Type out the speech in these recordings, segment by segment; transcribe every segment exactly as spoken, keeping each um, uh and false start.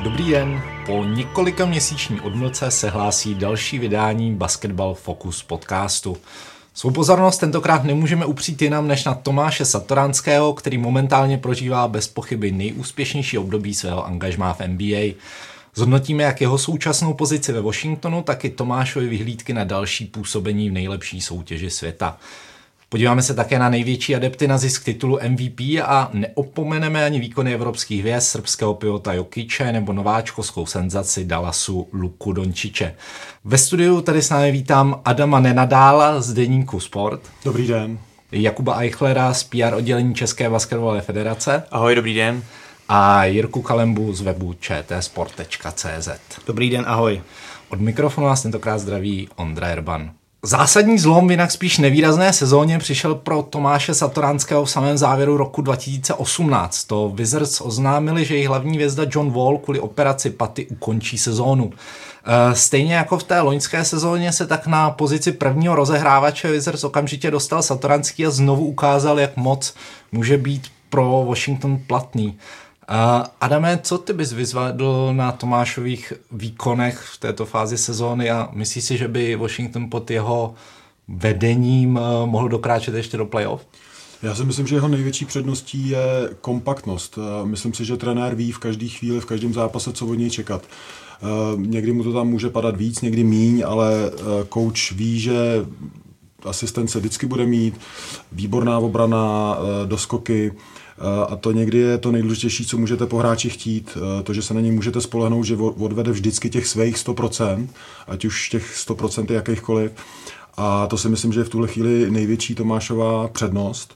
Dobrý den, po několika měsíční odmlce se hlásí další vydání Basketball Focus podcastu. Svou pozornost tentokrát nemůžeme upřít jinam než na Tomáše Satoranského, který momentálně prožívá bez pochyby nejúspěšnější období svého angažmá v N B A. Zhodnotíme jak jeho současnou pozici ve Washingtonu, tak i Tomášovy vyhlídky na další působení v nejlepší soutěži světa. Podíváme se také na největší adepty na zisk titulu M V P a neopomeneme ani výkony evropských hvězd, srbského pivota Jokiče nebo nováčkovskou senzaci Dallasu Luku Dončiče. Ve studiu tady s námi vítám Adama Nenadála z deníku Sport. Dobrý den. Jakuba Eichlera z P R oddělení České basketbalové federace. Ahoj, dobrý den. A Jirku Kalembu z webu č t sport tečka c z. Dobrý den, ahoj. Od mikrofonu vás tentokrát zdraví Ondra Erban. Zásadní zlom v jinak spíš nevýrazné sezóně přišel pro Tomáše Satoranského v samém závěru roku dva tisíce osmnáct. To Wizards oznámili, že jejich hlavní hvězda John Wall kvůli operaci paty ukončí sezónu. Stejně jako v té loňské sezóně se tak na pozici prvního rozehrávače Wizards okamžitě dostal Satoranský a znovu ukázal, jak moc může být pro Washington platný. Uh, Adame, co ty bys vyzvedl na Tomášových výkonech v této fázi sezóny a myslíš si, že by Washington pod jeho vedením uh, mohl dokráčet ještě do playoff? Já si myslím, že jeho největší předností je kompaktnost. Myslím si, že trenér ví v každé chvíli, v každém zápase, co od něj čekat. Uh, někdy mu to tam může padat víc, někdy míň, ale uh, coach ví, že asistence vždycky bude mít, výborná obrana, uh, doskoky. A to někdy je to nejdůležitější, co můžete po hráči chtít. To, že se na něj můžete spolehnout, že odvede vždycky těch svých sto procent, ať už těch sto procent je jakýchkoliv. A to si myslím, že je v tuhle chvíli největší Tomášova přednost.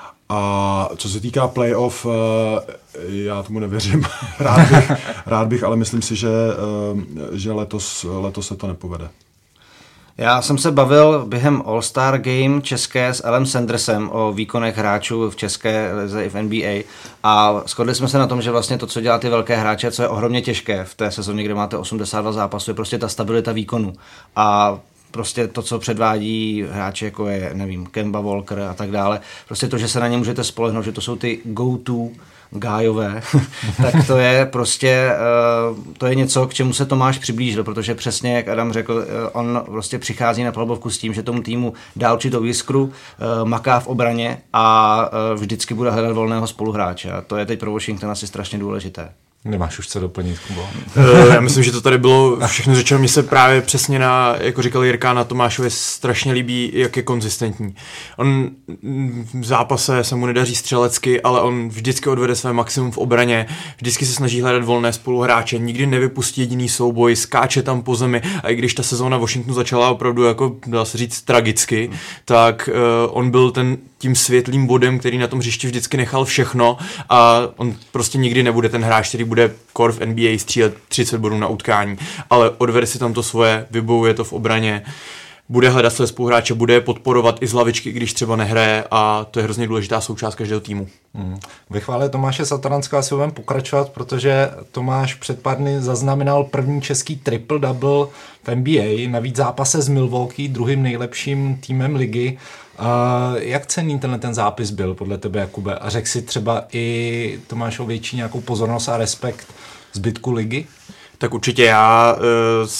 A co se týká playoff, já tomu nevěřím, rád bych, rád bych ale myslím si, že, že letos, letos se to nepovede. Já jsem se bavil během All-Star Game české s Elem Sandersem o výkonech hráčů v české lize i v N B A a shodli jsme se na tom, že vlastně to, co dělá ty velké hráče, co je ohromně těžké v té sezóně, kde máte osmdesát dva zápasů, je prostě ta stabilita výkonu a prostě to, co předvádí hráči, jako je, nevím, Kemba Walker a tak dále, prostě to, že se na ně můžete spolehnout, že to jsou ty go-to gájové, tak to je prostě, to je něco, k čemu se Tomáš přiblížil, protože přesně, jak Adam řekl, on prostě přichází na palbovku s tím, že tomu týmu dá určitou jiskru, maká v obraně a vždycky bude hledat volného spoluhráče. A to je teď pro Washington asi strašně důležité. Nemáš už co doplnit, Kubo? Já myslím, že to tady bylo všechno řečeno. Mně se právě přesně na, jako říkal Jirka, na Tomášovi strašně líbí, jak je konzistentní. On v zápase se mu nedaří střelecky, ale on vždycky odvede své maximum v obraně, vždycky se snaží hledat volné spoluhráče, nikdy nevypustí jediný souboj, skáče tam po zemi a i když ta sezóna Washingtonu začala opravdu, jako dá se říct, tragicky, tak uh, on byl ten tím světlým bodem, který na tom hřišti vždycky nechal všechno a on prostě nikdy nebude ten hráč, který bude core v N B A střílet třicet bodů na utkání, ale odvede si tam to svoje, vybojuje to v obraně, bude hledat své spoluhráče, bude je podporovat i z lavičky, když třeba nehraje a to je hrozně důležitá součást každého týmu. Hmm. Ve chvále Tomáše Satoranského asi budeme pokračovat, protože Tomáš před pár dny zaznamenal první český triple-double v N B A, navíc zápase s Milwaukee, druhým nejlepším týmem ligy. Uh, jak cenný tenhle ten zápis byl podle tebe, Jakube? A řekl si třeba i Tomášov větší nějakou pozornost a respekt zbytku ligy? Tak určitě já uh,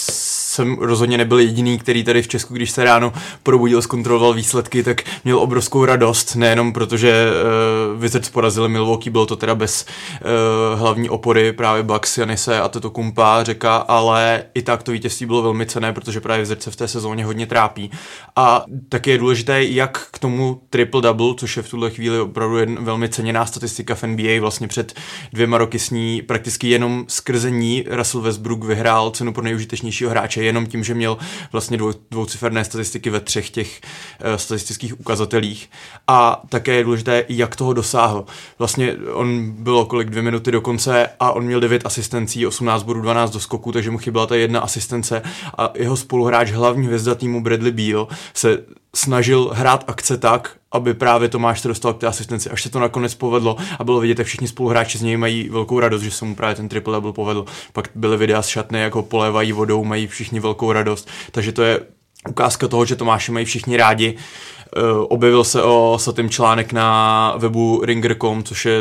jsem rozhodně nebyl jediný, který tady v Česku, když se ráno probudil, zkontroloval výsledky, tak měl obrovskou radost, nejenom protože uh, Wizards porazili Milwaukee, bylo to teda bez uh, hlavní opory právě Bucks, Janise a Antetokounmpa, Řeka, ale i tak to vítězství bylo velmi cenné, protože právě Wizards se v té sezóně hodně trápí. A taky je důležité, jak k tomu triple-double, což je v tuhle chvíli opravdu jedna velmi ceněná statistika v N B A, vlastně před dvěma roky s ní prakticky jenom skrze ní Russell Westbrook vyhrál cenu pro nejužitečnějšího hráče jenom tím, že měl vlastně dvou, dvouciferné statistiky ve třech těch uh, statistických ukazatelích. A také je důležité, jak toho dosáhl. Vlastně on bylo kolik dvě minuty do konce a on měl devět asistencí, osmnáct bodů, dvanáct doskoků, takže mu chyběla ta jedna asistence a jeho spoluhráč, hlavní hvězda týmu Bradley Beal, se snažil hrát akce tak, aby právě Tomáš se dostal k té asistenci. Až se to nakonec povedlo a bylo vidět, jak všichni spoluhráči z něj mají velkou radost, že se mu právě ten triple-double povedl. Pak byly videa z šatny, jako polévají vodou, mají všichni velkou radost. Takže to je ukázka toho, že Tomáše mají všichni rádi. Objevil se o Satym článek na webu ringer tečka com, což je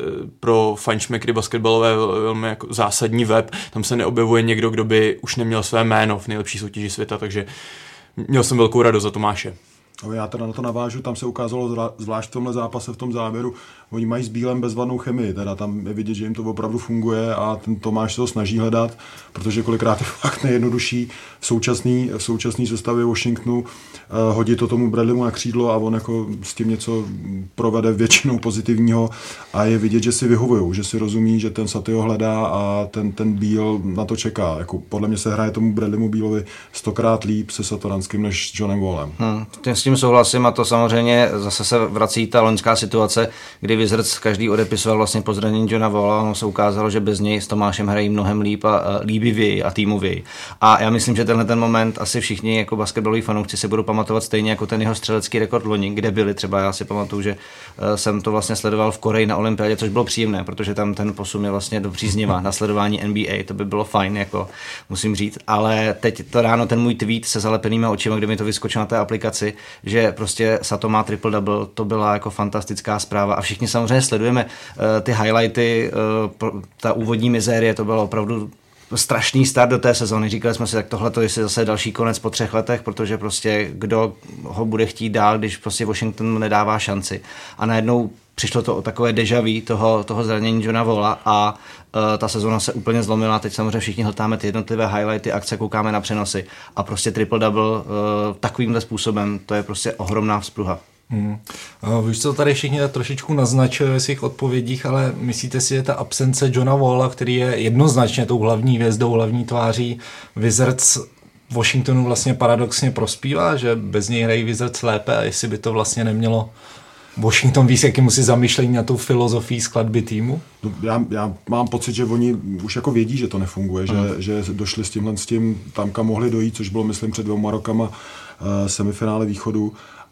pro fajnšmekry basketbalové velmi jako zásadní web. Tam se neobjevuje někdo, kdo by už neměl své jméno v nejlepší soutěži světa, takže měl jsem velkou radost za Tomáše. Já teda na to navážu, tam se ukázalo zvlášť v tomhle zápase, v tom závěru, oni mají s Bílem bezvadnou chemii, teda tam je vidět, že jim to opravdu funguje a ten Tomáš se to snaží hledat, protože kolikrát je fakt nejjednodušší v současný, v současný sestavě Washingtonu uh, hodit to tomu Bradleymu na křídlo a on jako s tím něco provede většinou pozitivního a je vidět, že si vyhovujou, že si rozumí, že ten Saty ho hledá a ten, ten Bíl na to čeká. Jako podle mě se hraje tomu Bradleymu Bílovi stokrát líp se Satoranským než s Johnem Wallem. Hmm, s tím souhlasím a to samozřejmě zase se vrací ta loňská situace, kdy Wizards každý odepisoval vlastně po zranění Johna Walla, ono se ukázalo, že bez něj s Tomášem hrají mnohem líp a, a líbivěji a týmověji. A já myslím, že tenhle ten moment asi všichni jako basketbaloví fanoušci si budou pamatovat stejně jako ten jeho střelecký rekord loni, kde byli třeba, já si pamatuju, že uh, jsem to vlastně sledoval v Koreji na olympiádě, což bylo příjemné, protože tam ten posun je vlastně do přízniva na sledování N B A, to by bylo fajn, jako musím říct, ale teď to ráno ten můj tweet se zalepenýma očima, kde mi to vyskočilo na té aplikaci, že prostě Sato má triple-double, to byla jako fantastická zpráva a všichni samozřejmě sledujeme uh, ty highlighty, uh, ta úvodní mizérie, to bylo opravdu strašný start do té sezóny. Říkali jsme si, tak tohle to je zase další konec po třech letech, protože prostě kdo ho bude chtít dál, když prostě Washington nedává šanci. A najednou přišlo to o takové déjà vu toho, toho zranění Johna Walla a uh, ta sezóna se úplně zlomila. Teď samozřejmě všichni hltáme ty jednotlivé highlighty, akce, koukáme na přenosy a prostě triple-double uh, takovýmhle způsobem, to je prostě ohromná vzpruha. Hmm. Uh, víš, co tady všichni trošičku naznačili ve svých odpovědích, ale myslíte si, že ta absence Johna Walla, který je jednoznačně tou hlavní hvězdou, hlavní tváří Wizards, Washingtonu vlastně paradoxně prospívá, že bez něj hrají Wizards lépe a jestli by to vlastně nemělo Washington víc, jaký musí zamýšlení na tou filozofii skladby týmu? Já, já mám pocit, že oni už jako vědí, že to nefunguje, hmm. že, že došli s tímhle s tím tam, kam mohli dojít, což bylo, myslím, před dvěma rokama uh, semifinále východu.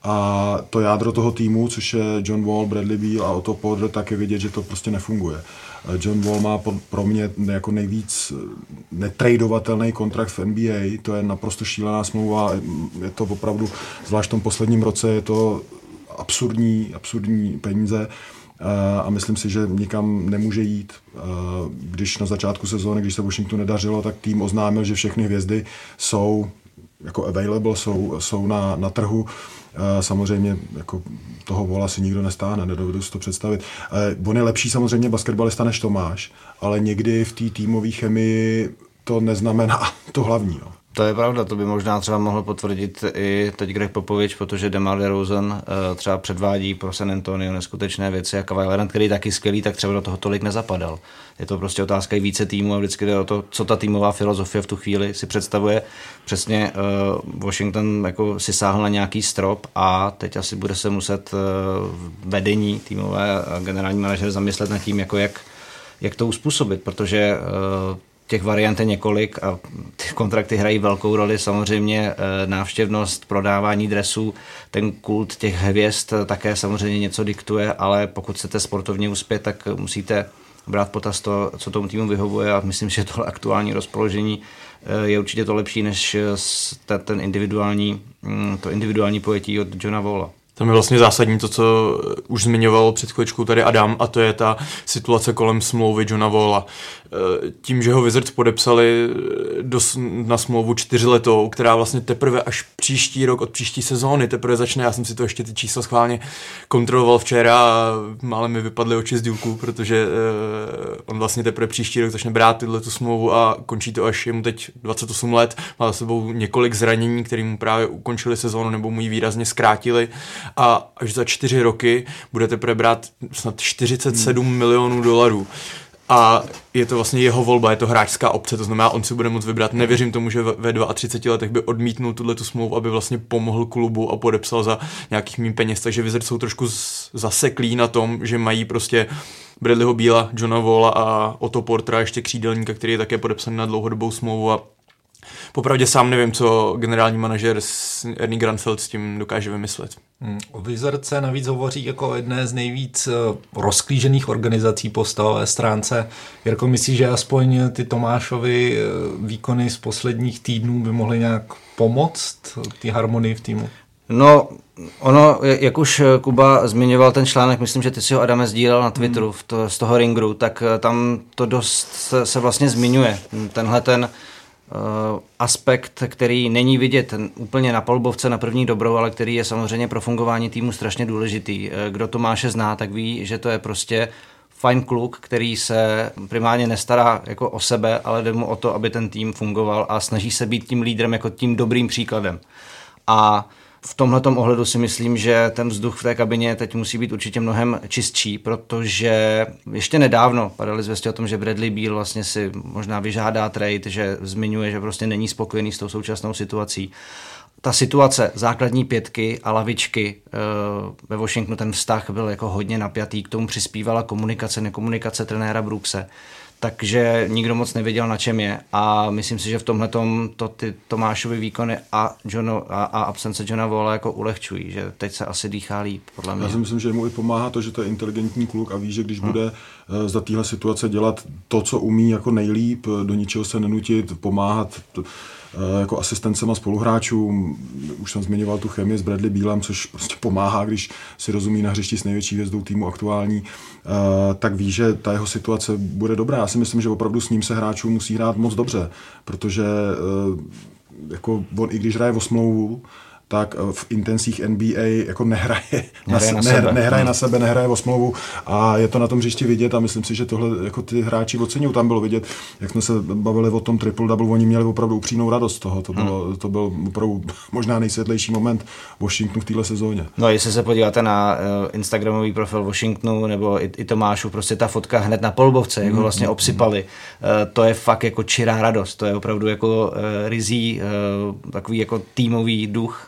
A to jádro toho týmu, což je John Wall, Bradley Beal a Otto Porter, tak je vidět, že to prostě nefunguje. John Wall má pro mě jako nejvíc netradovatelný kontrakt v N B A, to je naprosto šílená smlouva, je to opravdu, zvlášť v tom posledním roce, je to absurdní, absurdní peníze a myslím si, že nikam nemůže jít. Když na začátku sezóny, když se Washingtonu nedařilo, tak tým oznámil, že všechny hvězdy jsou jako available, jsou, jsou na, na trhu. Samozřejmě jako toho Walla si nikdo nestáhne, nedovedu si to představit. On je lepší samozřejmě basketbalista než Tomáš, ale někdy v té týmové chemii to neznamená to hlavní. No. To je pravda, to by možná třeba mohl potvrdit i teď Greg Popovich, protože DeMar DeRozan třeba předvádí pro San Antonio neskutečné věci a Kawhi Leonard, který je taky skvělý, tak třeba do toho tolik nezapadal. Je to prostě otázka i více týmů a vždycky jde o to, co ta týmová filozofie v tu chvíli si představuje. Přesně uh, Washington jako si sáhl na nějaký strop a teď asi bude se muset uh, vedení týmové a generální manažer zamyslet nad tím, jako jak, jak to uspůsobit, protože uh, těch variant je několik a ty kontrakty hrají velkou roli, samozřejmě návštěvnost, prodávání dresů, ten kult těch hvězd také samozřejmě něco diktuje, ale pokud chcete sportovně uspět, tak musíte brát potaz to, co tomu týmu vyhovuje a myslím, že to aktuální rozpoložení je určitě to lepší než ten individuální, to individuální pojetí od Johna Walla. Tam je vlastně zásadní to, co už zmiňoval před chvíličkou tady Adam, a to je ta situace kolem smlouvy Johna Walla. Tím, že ho Wizards podepsali do, na smlouvu čtyřletou, která vlastně teprve až příští rok od příští sezóny teprve začne, já jsem si to ještě ty čísla schválně kontroloval včera a málem mi vypadly oči z dílku, protože uh, on vlastně teprve příští rok začne brát tyhle tu smlouvu a končí to až, je mu teď dvacet osm let, má za sebou několik zranění, které mu právě ukončili sezónu nebo mu ji výrazně zkrátili a až za čtyři roky budete prebrát snad čtyřicet sedm hmm. milionů dolarů. A je to vlastně jeho volba, je to hráčská opce, to znamená, on si bude moct vybrat. Nevěřím tomu, že ve třiceti dvou letech by odmítnul tuhletu smlouvu, aby vlastně pomohl klubu a podepsal za nějakých mým peněz. Takže Wizards jsou trošku zaseklí na tom, že mají prostě Bradleyho Beala, Johna Walla a Otto Portera, ještě křídelníka, který je také podepsaný na dlouhodobou smlouvu a popravdě sám nevím, co generální manažer Ernie Grunfeld s tím dokáže vymyslet. Hmm. O Wizards se navíc hovoří jako o jedné z nejvíc rozklížených organizací po stavové stránce. Jirko, myslíš, že aspoň ty Tomášovy výkony z posledních týdnů by mohly nějak pomoct té harmonii v týmu? No, ono, jak už Kuba zmiňoval ten článek, myslím, že ty si ho, Adame, sdílel na Twitteru v to, z toho Ringru, tak tam to dost se, se vlastně zmiňuje. Tenhle ten uh, aspekt, který není vidět úplně na palubovce na první dobrou, ale který je samozřejmě pro fungování týmu strašně důležitý. Kdo Tomáše zná, tak ví, že to je prostě fajn kluk, který se primárně nestará jako o sebe, ale jde mu o to, aby ten tým fungoval a snaží se být tím lídrem jako tím dobrým příkladem. A v tomhletom ohledu si myslím, že ten vzduch v té kabině teď musí být určitě mnohem čistší, protože ještě nedávno padaly zvěsti o tom, že Bradley Beal vlastně si možná vyžádá trade, že zmiňuje, že prostě není spokojený s tou současnou situací. Ta situace základní pětky a lavičky ve Washingtonu, ten vztah byl jako hodně napjatý, k tomu přispívala komunikace, nekomunikace trenéra Brookse. Takže nikdo moc nevěděl, na čem je. A myslím si, že v tomhletom to ty Tomášovy výkony a, Johno, a, a absence Johna Walla jako ulehčují, že teď se asi dýchá líp, podle mě. Já si myslím, že mu i pomáhá to, že to je inteligentní kluk a ví, že když hmm. bude za téhle situace dělat to, co umí jako nejlíp, do ničeho se nenutit, pomáhat jako asistencem a spoluhráčům. Už jsem zmiňoval tu chemii s Bradley Bealem, což prostě pomáhá, když si rozumí na hřišti s největší hvězdou týmu aktuální, tak ví, že ta jeho situace bude dobrá. Já si myslím, že opravdu s ním se hráčů musí hrát moc dobře, protože jako on, i když hraje o smlouvu, tak v intencích N B A jako nehraje, nehraje, na, na, ne, sebe. nehraje na sebe, nehraje o smlouvu a je to na tom hřišti vidět a myslím si, že tohle jako ty hráči oceňují. Tam bylo vidět, jak jsme se bavili o tom triple-double, oni měli opravdu upřímnou radost z toho. To, bylo, hmm. to byl opravdu možná nejsvětlejší moment Washingtonu v téhle sezóně. No, jestli se podíváte na uh, instagramový profil Washingtonu nebo i, i Tomášu, prostě ta fotka hned na polubovce, jak hmm. ho vlastně obsypali, uh, to je fakt jako čirá radost. To je opravdu jako uh, rizí, uh, takový jako týmový duch.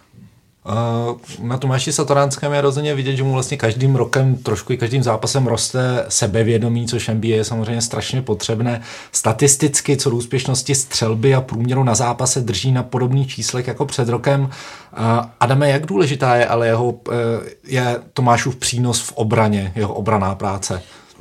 Na Tomáši Satoránském je rozhodně vidět, že mu vlastně každým rokem, trošku i každým zápasem roste sebevědomí, což N B A je samozřejmě strašně potřebné. Statisticky, co do úspěšnosti střelby a průměru na zápase drží na podobných číslech jako před rokem. Adame, jak důležitá je ale jeho, je Tomášův přínos v obraně, jeho obranná práce?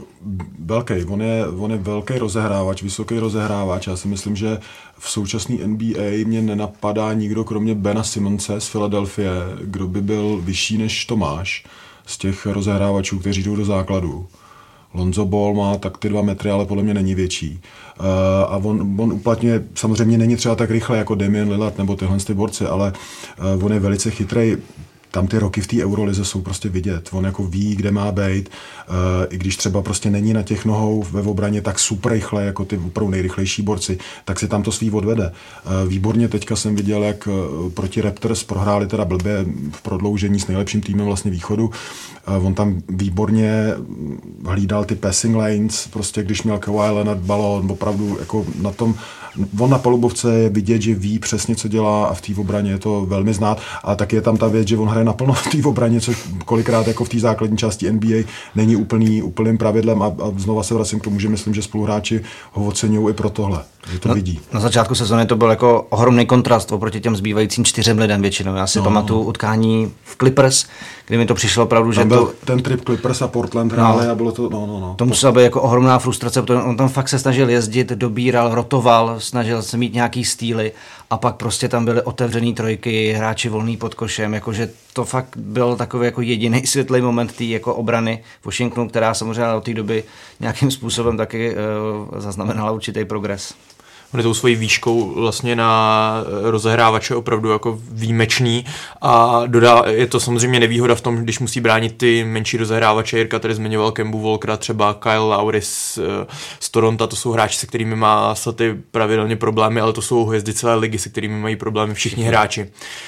Velký, on je, on je velký rozehrávač, vysoký rozehrávač. Já si myslím, že v současné N B A mě nenapadá nikdo kromě Bena Simonse z Filadelfie, kdo by byl vyšší než Tomáš z těch rozehrávačů, kteří jdou do základu. Lonzo Ball má tak ty dva metry, ale podle mě není větší. Uh, a on, on uplatňuje, samozřejmě není třeba tak rychle jako Damian Lillard nebo tyhle ty borci, ale uh, on je velice chytrý. Tam ty roky v té Eurolize jsou prostě vidět. On jako ví, kde má být, uh, i když třeba prostě není na těch nohou ve obraně tak super rychle, jako ty opravdu nejrychlejší borci, tak si tam to svý odvede. Uh, výborně teďka jsem viděl, jak uh, proti Raptors prohráli teda blbě v prodloužení s nejlepším týmem vlastně východu. Uh, on tam výborně hlídal ty passing lanes, prostě když měl Kawhi Leonard balón, opravdu jako na tom, on na palubovce je vidět, že ví přesně, co dělá a v té obraně je to velmi znát. A tak je tam ta věc, že on hraje naplno v té obraně, což kolikrát jako v té základní části N B A není úplný, úplným pravidlem a, a znova se vracím k tomu, že myslím, že spoluhráči ho oceňují i pro tohle, že to no, vidí. Na začátku sezóny to byl jako ohromný kontrast oproti těm zbývajícím čtyřem lidem většinou. Já si no. pamatuju utkání v Clippers, kdy mi to přišlo opravdu, že byl to... ten trip Clippers a Portland hráli no. a bylo to, no, no, no. To musela být jako ohromná frustrace, protože on tam fakt se snažil jezdit, dobíral, rotoval, snažil se mít nějaký stýly a pak prostě tam byly otevřený trojky, hráči volný pod košem, jakože to fakt byl takový jako jediný světlý moment té jako obrany Washingtonu, která samozřejmě od té doby nějakým způsobem taky uh, zaznamenala určitý progres. On je tou svojí výškou vlastně na rozehrávače opravdu jako výjimečný a dodá, je to samozřejmě nevýhoda v tom, když musí bránit ty menší rozehrávače. Jirka tady zmiňoval Kembu Walkera, třeba Kyle Lowry z, z Toronto, to jsou hráči, se kterými má Saty pravidelně problémy, ale to jsou hvězdy celé ligy, se kterými mají problémy všichni hráči.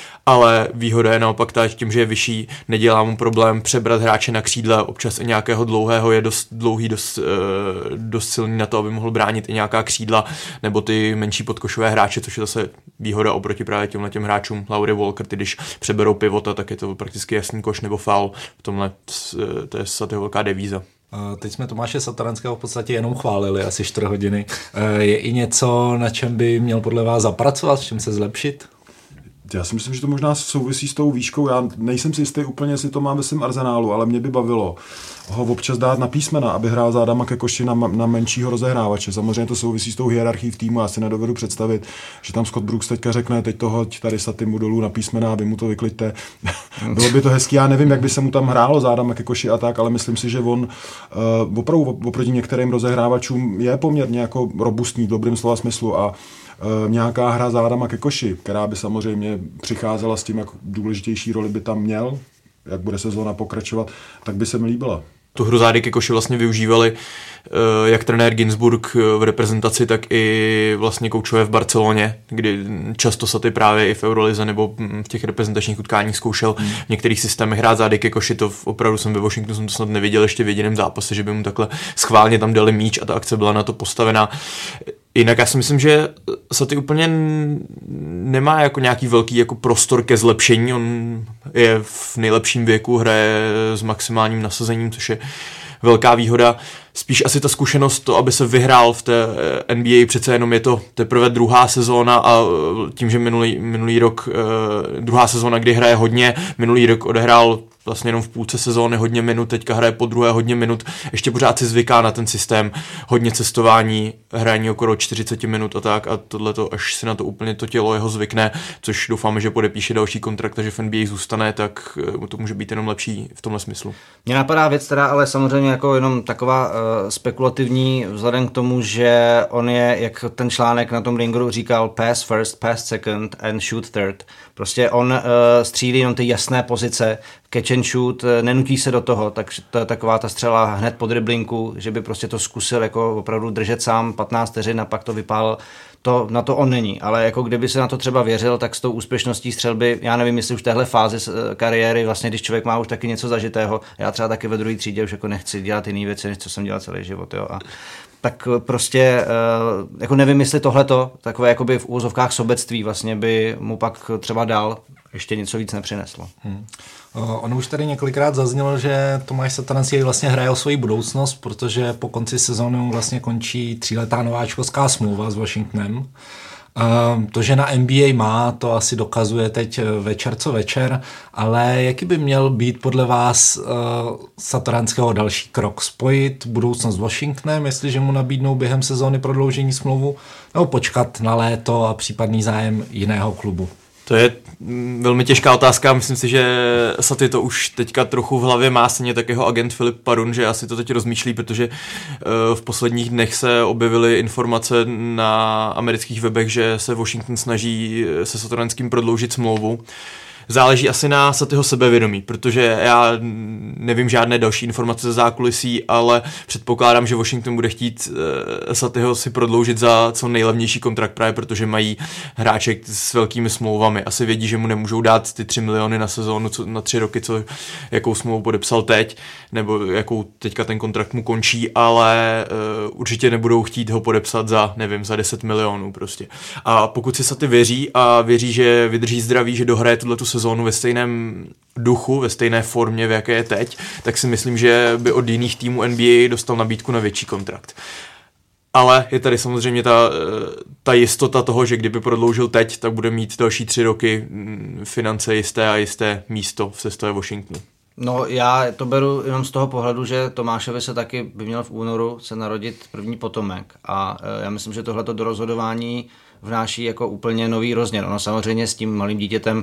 Ale výhoda je naopak ta, tím, že je vyšší, nedělá mu problém přebrat hráče na křídla, občas i nějakého dlouhého, je dost dlouhý, dost, dost silný na to, aby mohl bránit i nějaká křídla, nebo ty menší podkošové hráče, což je zase výhoda oproti právě těmhle těm hráčům. Lowry, Walker, ty když přeberou pivota, tak je to prakticky jasný koš nebo foul. V tomhle to je Satyho velká devíza. Teď jsme Tomáše Satoranského v podstatě jenom chválili asi čtyři hodiny. Je i něco, na čem by měl podle vás zapracovat, v čem se zlepšit? Já si myslím, že to možná souvisí s tou výškou. Já nejsem si jistý úplně, jestli to má ve svém arzenálu, ale mě by bavilo ho občas dát na písmena, aby hrál za Adama Kekoši na, na menšího rozehrávače. Samozřejmě to souvisí s tou hierarchií v týmu. Já si nedovedu představit, že tam Scott Brooks teďka řekne, teď to hoď tady Satimu dolů na písmena, aby mu to vykliďte. Bylo by to hezký. Já nevím, jak by se mu tam hrálo za Adama Kekoši a tak, ale myslím si, že on uh, opravdu oproti některým rozehrávačům je poměrně jako robustní v dobrém slova smyslu a Uh, nějaká hra za Adama Kekoši, která by samozřejmě přicházela s tím, jak důležitější roli by tam měl, jak bude sezóna pokračovat, tak by se mi líbila. Tu hru zády Kekoši vlastně využívali uh, jak trenér Ginsburg v reprezentaci, tak i vlastně koučové v Barceloně, kdy často Saty právě i v Eurolize nebo v těch reprezentačních utkáních zkoušel hmm. v některých systémech hrát zády Kekoši. To opravdu jsem ve Washingtonu jsem to snad neviděl ještě v jediném zápase, že by mu takhle schválně tam dali míč a ta akce byla na to postavená. Jinak já si myslím, že Saty úplně nemá jako nějaký velký jako prostor ke zlepšení. On je v nejlepším věku, hraje s maximálním nasazením, což je velká výhoda. Spíš asi ta zkušenost, to, aby se vyhrál v té N B A, přece jenom je to teprve druhá sezóna a tím, že minulý, minulý rok, druhá sezóna, kdy hraje hodně, minulý rok odehrál vlastně jenom v půlce sezóny hodně minut, teďka hraje po druhé hodně minut, ještě pořád si zvyká na ten systém, hodně cestování, hraní okolo čtyřicet minut a tak a tohleto, až si na to úplně to tělo jeho zvykne, což doufáme, že podepíše další kontrakt, takže v N B A zůstane, tak to může být jenom lepší v tomhle smyslu. Mně napadá věc, která ale samozřejmě jako jenom taková uh, spekulativní, vzhledem k tomu, že on je, jak ten článek na tom Ringeru říkal, pass first, pass second and shoot third. Prostě on uh, střílí jenom ty jasné pozice, catch and shoot, nenutí se do toho, tak to je taková ta střela hned po driblinku, že by prostě to zkusil jako opravdu držet sám patnáct vteřin a pak to vypálil. To, na to on není, ale jako kdyby se na to třeba věřil, tak s tou úspěšností střelby, já nevím, jestli už v téhle fázi kariéry, vlastně když člověk má už taky něco zažitého, já třeba taky ve druhé třídě už jako nechci dělat jiné věci, než co jsem dělal celý život, jo, a tak prostě, jako nevím, jestli tohleto, takové jakoby v úvozovkách sobectví vlastně by mu pak třeba dál ještě něco víc nepřineslo. Hmm. Ono už tady několikrát zaznělo, že Tomáš Satoranský vlastně hraje o svoji budoucnost, protože po konci sezóny vlastně končí tříletá nováčkovská smlouva s Washingtonem. To, že na N B A má, to asi dokazuje teď večer co večer, ale jaký by měl být podle vás uh, Satoranského další krok? Spojit budoucnost s Washingtonem, jestliže mu nabídnou během sezóny prodloužení smlouvu, nebo počkat na léto a případný zájem jiného klubu? To je velmi těžká otázka, myslím si, že Saty to už teďka trochu v hlavě má, stejně tak jeho agent Filip Parun, že asi to teď rozmýšlí, protože v posledních dnech se objevily informace na amerických webech, že se Washington snaží se Satoranským prodloužit smlouvu. Záleží asi na Satyho sebevědomí, protože já nevím žádné další informace ze zákulisí, ale předpokládám, že Washington bude chtít uh, Satyho si prodloužit za co nejlevnější kontrakt, právě protože mají hráče s velkými smlouvami. Asi vědí, že mu nemůžou dát ty tři miliony na sezónu, co, na tři roky, co, jakou smlouvu podepsal teď, nebo jakou teďka ten kontrakt mu končí, ale uh, určitě nebudou chtít ho podepsat za, nevím, za deset milionů prostě. A pokud si Saty věří a věří, že vydrží zdraví, že dohraje tuhle tu sezónu ve stejném duchu, ve stejné formě, v jaké je teď, tak si myslím, že by od jiných týmů N B A dostal nabídku na větší kontrakt. Ale je tady samozřejmě ta, ta jistota toho, že kdyby prodloužil teď, tak bude mít další tři roky finance jisté a jisté místo v sestavě Washingtonu. No já to beru jenom z toho pohledu, že Tomášovi se taky by měl v únoru se narodit první potomek a já myslím, že tohleto do rozhodování vnáší jako úplně nový rozměr. Ono samozřejmě s tím malým dítětem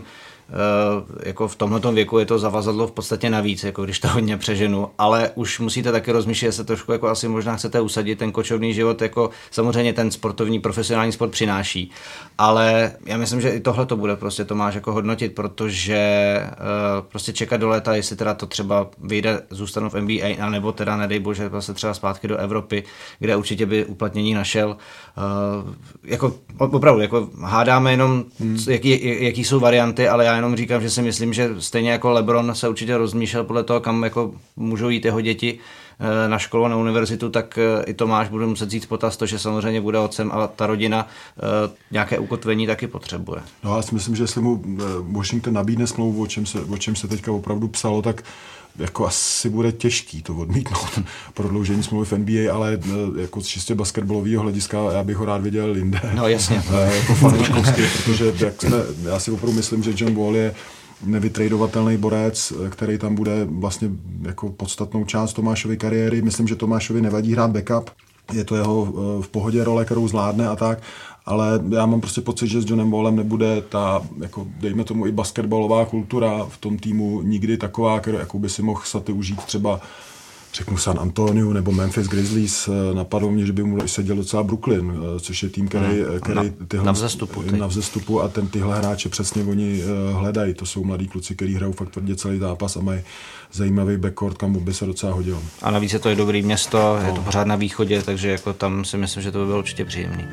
jako v tomhletom věku je to zavazadlo v podstatě navíc, jako když to hodně přeženu, ale už musíte taky rozmýšlet, se trošku jako asi možná chcete usadit, ten kočovný život, jako samozřejmě ten sportovní, profesionální sport přináší, ale já myslím, že i tohle to bude prostě Tomáš jako hodnotit, protože uh, prostě čekat do léta, jestli teda to třeba vyjde, zůstanu v N B A, anebo teda nedej bože, vlastně třeba zpátky do Evropy, kde určitě by uplatnění našel. Uh, jako opravdu, jako hádáme jenom, hmm. jaký, jaký jsou varianty, ale já jenom říkám, že si myslím, že stejně jako LeBron se určitě rozmýšlel podle toho, kam jako můžou jít jeho děti, na školu a na univerzitu, tak i Tomáš bude muset vzít potaz to, že samozřejmě bude otcem, ale ta rodina nějaké ukotvení taky potřebuje. No já si myslím, že jestli mu Washington nabídne smlouvu, o čem se, o čem se teďka opravdu psalo, tak jako asi bude těžký to odmítnout, prodloužení smlouvy v N B A, ale jako z čistě basketbalového hlediska já bych ho rád viděl jinde. No jasně. Jako fanouškovský, protože jak jsme, já si opravdu myslím, že John Wall je nevytradovatelný borec, který tam bude vlastně jako podstatnou část Tomášovy kariéry. Myslím, že Tomášovi nevadí hrát backup, je to jeho v pohodě role, kterou zvládne a tak, ale já mám prostě pocit, že s Johnem Wallem nebude ta, jako dejme tomu i basketbalová kultura v tom týmu nikdy taková, kterou, jakou by si mohl Saty užít třeba řeknu San Antonio nebo Memphis Grizzlies, napadlo mě, že by mu seděl docela Brooklyn, což je tým, který, který tyhle, na vzestupu, na vzestupu a ten tyhle hráče přesně oni hledají. To jsou mladí kluci, kteří hrajou fakt tvrdě celý zápas a mají zajímavý backcourt, kam by se docela hodilo. A navíc je to i dobrý město, no. Je to pořád na východě, takže jako tam si myslím, že to by bylo určitě příjemný.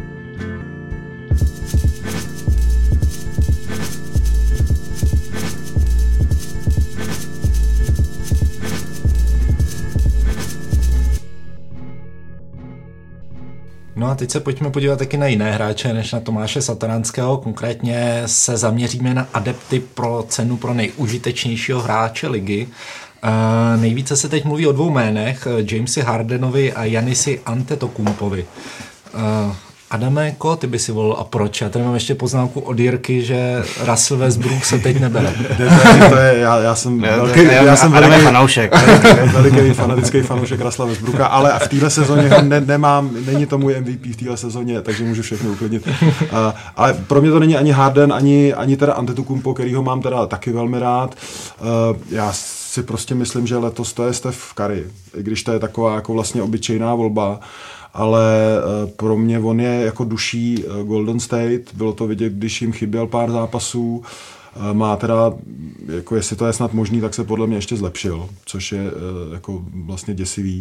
No a teď se pojďme podívat taky na jiné hráče než na Tomáše Satoranského. Konkrétně se zaměříme na adepty pro cenu pro nejužitečnějšího hráče ligy. Uh, nejvíce se teď mluví o dvou jménech, Jamesi Hardenovi a Giannisi Antetokounmpovi. Uh, Adame, koho ty by si volil a proč? Já tady mám ještě poznámku od Jirky, že Russell Westbrook se teď nebere. to je, já, já jsem velký, já, já jsem veliký fanoušek. veliký fanatický fanoušek Russella Westbrooka, ale v téhle sezóně ho ne, nemám, není to můj M V P v téhle sezóně, takže můžu všechno uklidnit. Uh, ale pro mě to není ani Harden, ani, ani teda Antetokounmpo, kterýho mám teda taky velmi rád. Uh, já si prostě myslím, že letos to je Steph Curry, i když to je taková jako vlastně obyčejná volba, ale pro mě on je jako duší Golden State, bylo to vidět, když jim chyběl pár zápasů, má teda, jako jestli to je snad možný, tak se podle mě ještě zlepšil, což je jako vlastně děsivý.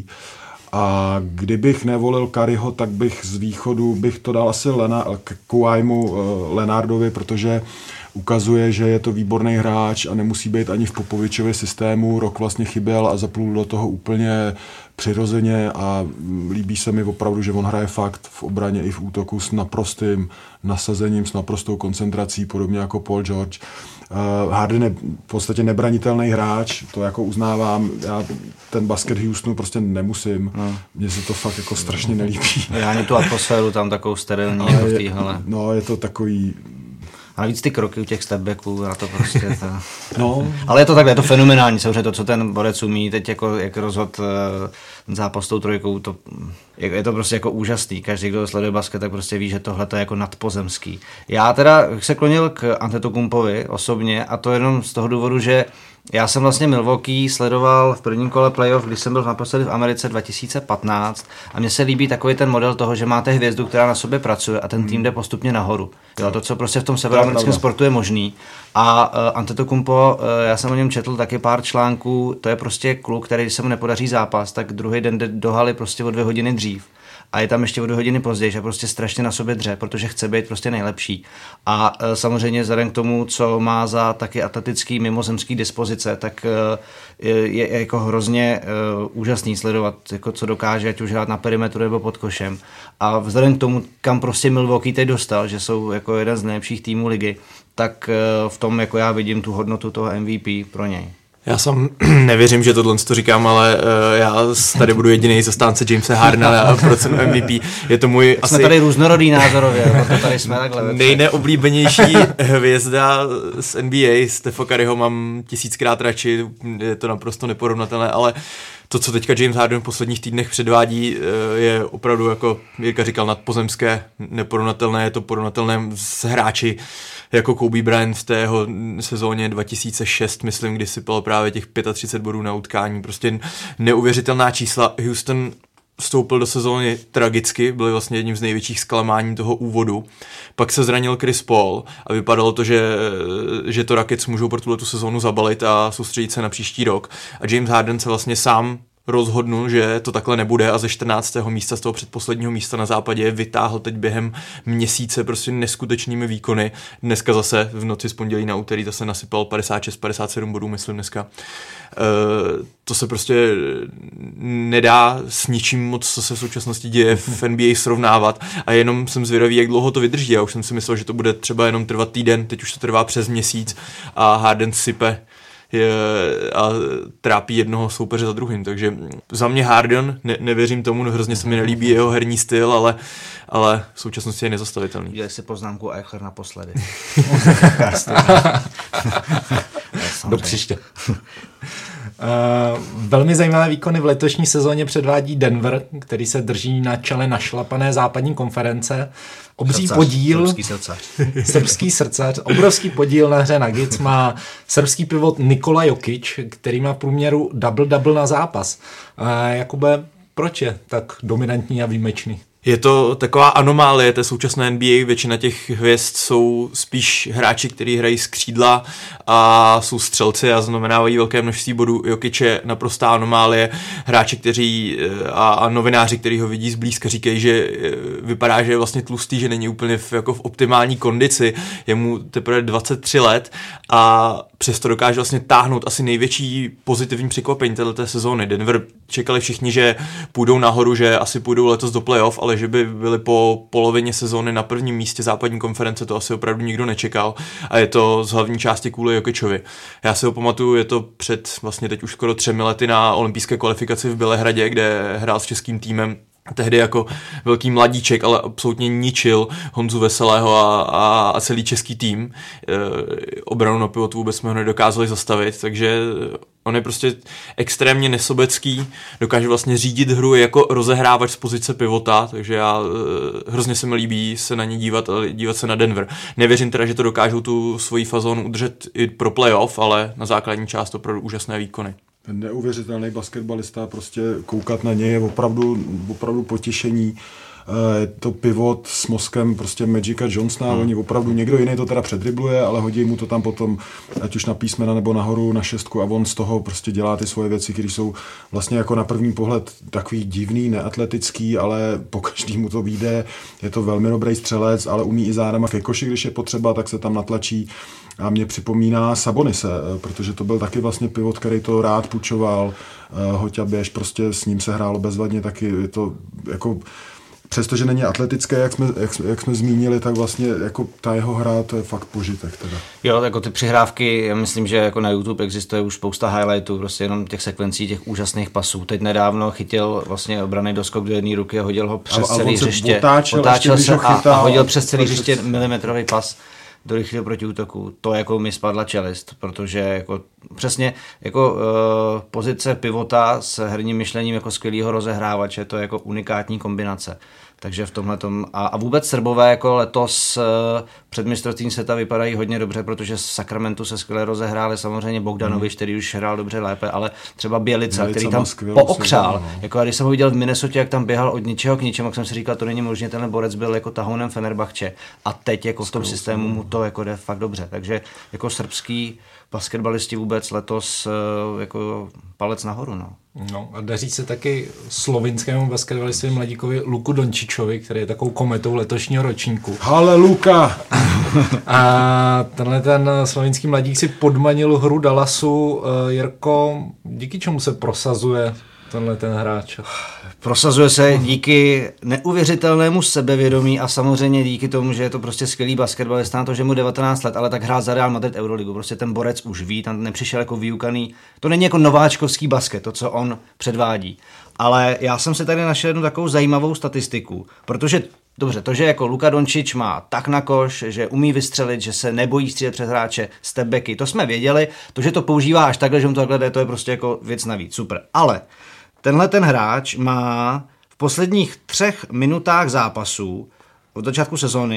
A kdybych nevolil Curryho, tak bych z východu bych to dal asi Lena, k Kawhimu Leonardovi, protože ukazuje, že je to výborný hráč a nemusí být ani v Popovičově systému. Rok vlastně chyběl a zaplul do toho úplně přirozeně a líbí se mi opravdu, že on hraje fakt v obraně i v útoku s naprostým nasazením, s naprostou koncentrací, podobně jako Paul George. Uh, Harden je v podstatě nebranitelný hráč, to jako uznávám, já ten basket Houstonu prostě nemusím, no. Mně se to fakt jako strašně nelíbí. Já ani tu atmosféru tam takovou sterilní jako v téhle. No, je to takový... A navíc ty kroky u těch stepbacků, a to prostě to... No. Ale je to takhle, je to fenomenální, samozřejmě to, co ten borec umí, teď jako jak rozhod ten zápas s tou trojkou, to, je to prostě jako úžasný. Každý, kdo sleduje basket, tak prostě ví, že tohle je jako nadpozemský. Já teda se klonil k Antetokounmpovi osobně a to jenom z toho důvodu, že já jsem vlastně Milwaukee sledoval v prvním kole playoff, když jsem byl naposledy v Americe dva tisíce patnáct a mně se líbí takový ten model toho, že máte hvězdu, která na sobě pracuje a ten tým jde postupně nahoru. Jo, to, co prostě v tom severoamerickém sportu je možný. A uh, Antetokounmpo, uh, já jsem o něm četl taky pár článků, to je prostě kluk, který když se mu nepodaří zápas, tak druhý den jde do haly prostě o dvě hodiny dřív. A je tam ještě o dvě hodiny později, a prostě strašně na sobě dře, protože chce být prostě nejlepší. A e, samozřejmě vzhledem k tomu, co má za taky atletický mimozemský dispozice, tak e, je, je jako hrozně e, úžasný sledovat, jako co dokáže, ať už hrát na perimetru nebo pod košem. A vzhledem k tomu, kam prostě Milwaukee teď dostal, že jsou jako jeden z nejlepších týmů ligy, tak e, v tom jako já vidím tu hodnotu toho M V P pro něj. Já sám nevěřím, že tohle to říkám, ale uh, já tady budu jediný zastánce Jamesa Hardena a pro cenu M V P. Je to můj jsme asi... Jsme tady různorodý názorově, proto tady jsme takhle. Nejneoblíbenější hvězda z N B A, Stepha Curryho mám tisíckrát radši, je to naprosto neporovnatelné, ale to, co teďka James Harden v posledních týdnech předvádí, je opravdu, jako Jirka říkal, nadpozemské, neporovnatelné, je to porovnatelné s hráči jako Kobe Bryant v té jeho sezóně dva tisíce šest, myslím, kdy sypal právě těch třicet pět bodů na utkání. Prostě neuvěřitelná čísla. Houston vstoupil do sezóny tragicky, byli vlastně jedním z největších zklamání toho úvodu. Pak se zranil Chris Paul a vypadalo to, že, že to Rockets můžou pro tuto sezónu zabalit a soustředit se na příští rok. A James Harden se vlastně sám rozhodnul, že to takhle nebude a ze čtrnáctého místa, z toho předposledního místa na západě vytáhl teď během měsíce prostě neskutečnými výkony. Dneska zase v noci z pondělí na úterý zase nasypal padesát šest padesát sedm bodů, myslím dneska. Uh, to se prostě nedá s ničím moc, co se v současnosti děje v N B A srovnávat a jenom jsem zvědavý, jak dlouho to vydrží. Já už jsem si myslel, že to bude třeba jenom trvat týden, teď už to trvá přes měsíc a Harden sype je, a trápí jednoho soupeře za druhým, takže za mě Harden, ne, nevěřím tomu, no hrozně se mi nelíbí jeho herní styl, ale, ale v současnosti je nezastavitelný. Dělej si poznámku Eichler naposledy. Do příště. Uh, velmi zajímavé výkony v letošní sezóně předvádí Denver, který se drží na čele našlapané západní konference. Obří srdcař, srbský srbský srdcař. srbský srdcař. Obrovský podíl na hře Nuggets má srbský pivot Nikola Jokic, který má v průměru double-double na zápas. Uh, Jakube, proč je tak dominantní a výjimečný? Je to taková anomálie té současné N B A, většina těch hvězd jsou spíš hráči, kteří hrají z křídla a jsou střelci a znamenávají velké množství bodů. Jokic je naprostá anomálie, hráči, kteří a, a novináři, kteří ho vidí zblízka, říkají, že vypadá, že je vlastně tlustý, že není úplně v, jako v optimální kondici, je mu teprve dvacet tři let a přesto dokáže vlastně táhnout asi největší pozitivní překvapení této sezóny. Denver čekali všichni, že půjdou nahoru, že asi půjdou letos do playoff, ale že by byli po polovině sezóny na prvním místě západní konference, to asi opravdu nikdo nečekal a je to z hlavní části kvůli Jokičovi. Já si ho pamatuju, je to před vlastně teď už skoro třemi lety na olympijské kvalifikaci v Bělehradě, kde hrál s českým týmem. Tehdy jako velký mladíček, ale absolutně ničil Honzu Veselého a, a, a celý český tým. E, obranu na pivotu vůbec jsme ho nedokázali zastavit, takže on je prostě extrémně nesobecký, dokáže vlastně řídit hru jako rozehrávač z pozice pivota, takže já e, hrozně se mi líbí se na ně dívat, ale dívat se na Denver. Nevěřím teda, že to dokážou tu svoji fazonu udržet i pro playoff, ale na základní část opravdu úžasné výkony. Neuvěřitelný basketbalista, prostě koukat na něj je opravdu, opravdu potěšení. Je to pivot s mozkem prostě Magica Johnsona, hmm. oni opravdu, někdo jiný to teda předribluje, ale hodí mu to tam potom, ať už na písmena nebo nahoru na šestku a on z toho prostě dělá ty svoje věci, které jsou vlastně jako na první pohled takový divný, neatletický, ale po každý mu to vyjde. Je to velmi dobrý střelec, ale umí i zádama ke koši, když je potřeba, tak se tam natlačí. A mě připomíná Sabonise, protože to byl taky vlastně pivot, který to rád půjčoval, Hoťa Běž, prostě s ním se hrálo bezvadně, taky je to jako, přestože není atletické, jak jsme, jak, jak jsme zmínili, tak vlastně jako ta jeho hra, to je fakt požitek teda. Jo, jako ty přihrávky, já myslím, že jako na YouTube existuje už spousta highlightů, prostě jenom těch sekvencí, těch úžasných pasů. Teď nedávno chytil vlastně obranný doskok do jedné ruky a hodil ho přes a, celý a hřiště. Otáčel, otáčel ještě, se a, chytal, a hodil přes celý hřiště milimetrový pas do rychlého protiútoku. To jako mi spadla čelist, protože jako přesně jako uh, pozice pivota s herním myšlením jako skvělýho rozehrávače, to je jako unikátní kombinace. Takže v tomhletom a, a vůbec Srbové jako letos uh, před mistrovstvím světa vypadají hodně dobře, protože v Sacramentu se skvěle rozehráli, samozřejmě Bogdanovič, hmm. který už hrál dobře lépe, ale třeba Bělica, Bělica který tam pookřál. No. Jako když jsem ho viděl v Minnesotě, jak tam běhal od ničeho k ničemu, jak jsem si říkal, to není možné, tenhle borec byl jako tahounem Fenerbahče a teď jako v tom Skvěl, systému mu to jako jde fakt dobře. Takže jako srbský basketbalisti vůbec letos uh, jako palec nahoru. No. No a daří se taky slovinskému basketbalistovi mladíkovi Luku Dončičovi, který je takovou kometou letošního ročníku. Haleluka! A tenhle ten slovinský mladík si podmanil hru Dallasu. Jirko, díky čemu se prosazuje tenhle ten hráč? Prosazuje se díky neuvěřitelnému sebevědomí a samozřejmě díky tomu, že je to prostě skvělý basketbalista, na to, že mu devatenáct let, ale tak hrál za Real Madrid Euroligu. Prostě ten borec už ví, tam nepřišel jako vyukaný. To není jako nováčkovský basket, to, co on předvádí. Ale já jsem si tady našel jednu takovou zajímavou statistiku, protože dobře, to, že jako Luka Dončič má tak na koš, že umí vystřelit, že se nebojí střílet přes hráče, stepbacky, to jsme věděli, to, že to používá až takhle, že mu to takhle jde, to je prostě jako věc navíc, super. Ale tenhle ten hráč má v posledních třech minutách zápasu od začátku sezóny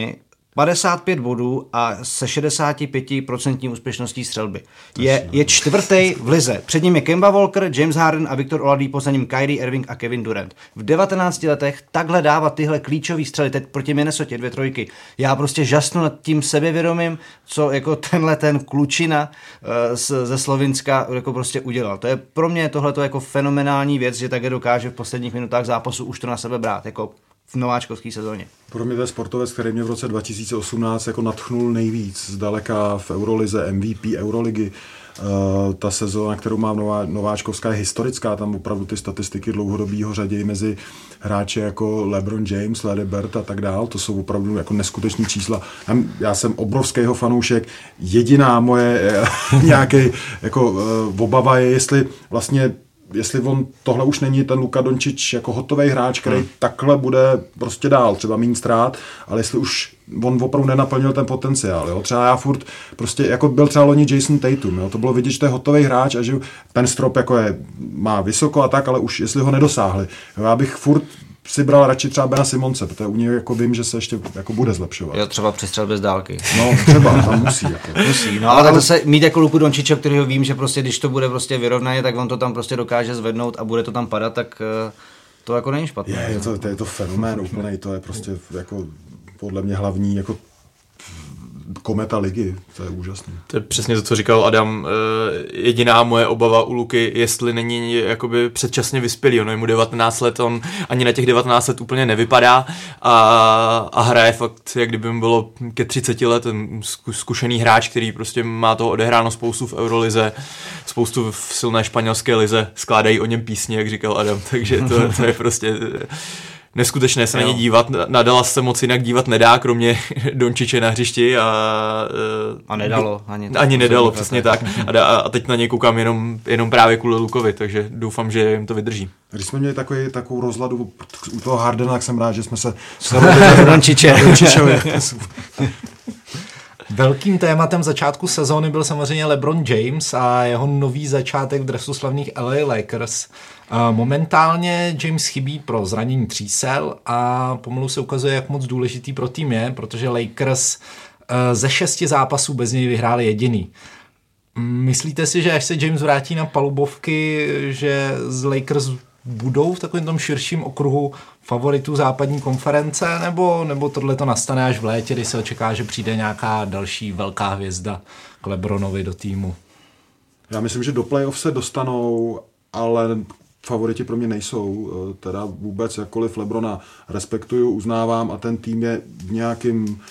padesát pět bodů a se šedesát pět procent úspěšností střelby. Je, je čtvrtý v lize. Před ním je Kemba Walker, James Harden a Victor Oladipo, za ním Kyrie Irving a Kevin Durant. V devatenácti letech takhle dávat tyhle klíčový střely, teď proti Minnesotě dvě trojky. Já prostě žasnu nad tím sebevědomím, co jako tenhle ten klučina uh, z, ze Slovinska jako prostě udělal. To je pro mě tohleto jako fenomenální věc, že také dokáže v posledních minutách zápasu už to na sebe brát, jako v nováčkovské sezóně. Pro mě to je sportovec, který mě v roce dva tisíce osmnáct jako nadchnul nejvíc zdaleka v Eurolize, M V P Euroligy. Uh, ta sezóna, kterou mám nová, nováčkovská, je historická, tam opravdu ty statistiky dlouhodobýho řadí mezi hráče jako LeBron James, Larry Bird a tak dál, to jsou opravdu jako neskutečný čísla. Já jsem obrovskýho fanoušek, jediná moje nějaký jako uh, obava je, jestli vlastně jestli on tohle už není ten Luka Dončić jako hotový hráč, který hmm. takhle bude prostě dál, třeba méně ztrát, ale jestli už on opravdu nenaplnil ten potenciál. Jo? Třeba já furt prostě, jako byl třeba loni Jason Tatum, jo? To bylo vidět, že to je hotový hráč a že ten strop jako je, má vysoko a tak, ale už jestli ho nedosáhli. Jo? Já bych furt si bral radši třeba Bena Simonse, protože u něj jako vím, že se ještě jako bude zlepšovat. Jo, třeba přestřel bez dálky. No, třeba, tam musí. Jako. Musí, no ale, ale zase mít jako Luku Dončiča, kterýho vím, že prostě když to bude prostě vyrovnané, tak on to tam prostě dokáže zvednout a bude to tam padat, tak to jako není špatné. Je, je to, to je to fenomén úplnej, to je prostě jako podle mě hlavní jako kometa ligy, to je úžasný. To je přesně to, co říkal Adam. Jediná moje obava u Luky, jestli není jakoby předčasně vyspělý. Ono je mu devatenáct let, on ani na těch devatenáct let úplně nevypadá a, a hraje fakt, jak kdyby mu bylo ke třiceti let, zkušený hráč, který prostě má toho odehráno spoustu v Eurolize, spoustu v silné španělské lize, skládají o něm písně, jak říkal Adam, takže to, to je prostě neskutečné se na ně dívat. Na Dallas se moc jinak dívat nedá, kromě Dončiče na hřišti a... A nedalo. Ani, ani nedalo, přesně tak. A, a teď na ně koukám jenom, jenom právě kvůli Lukovi, takže doufám, že jim to vydrží. Když jsme měli takový, takovou rozladu u toho Hardena, tak jsem rád, že jsme se... Dončiče. Velkým tématem začátku sezóny byl samozřejmě LeBron James a jeho nový začátek v dresu slavných L A Lakers. Momentálně James chybí pro zranění třísel a pomalu se ukazuje, jak moc důležitý pro tým je, protože Lakers ze šesti zápasů bez něj vyhráli jediný. Myslíte si, že až se James vrátí na palubovky, že z Lakers budou v takovém tom širším okruhu favoritů západní konference, nebo, nebo tohle to nastane až v létě, kdy se očeká, že přijde nějaká další velká hvězda k LeBronovi do týmu? Já myslím, že do playoff se dostanou, ale favoriti pro mě nejsou, teda vůbec, jakkoliv LeBrona respektuju, uznávám a ten tým je v nějakým,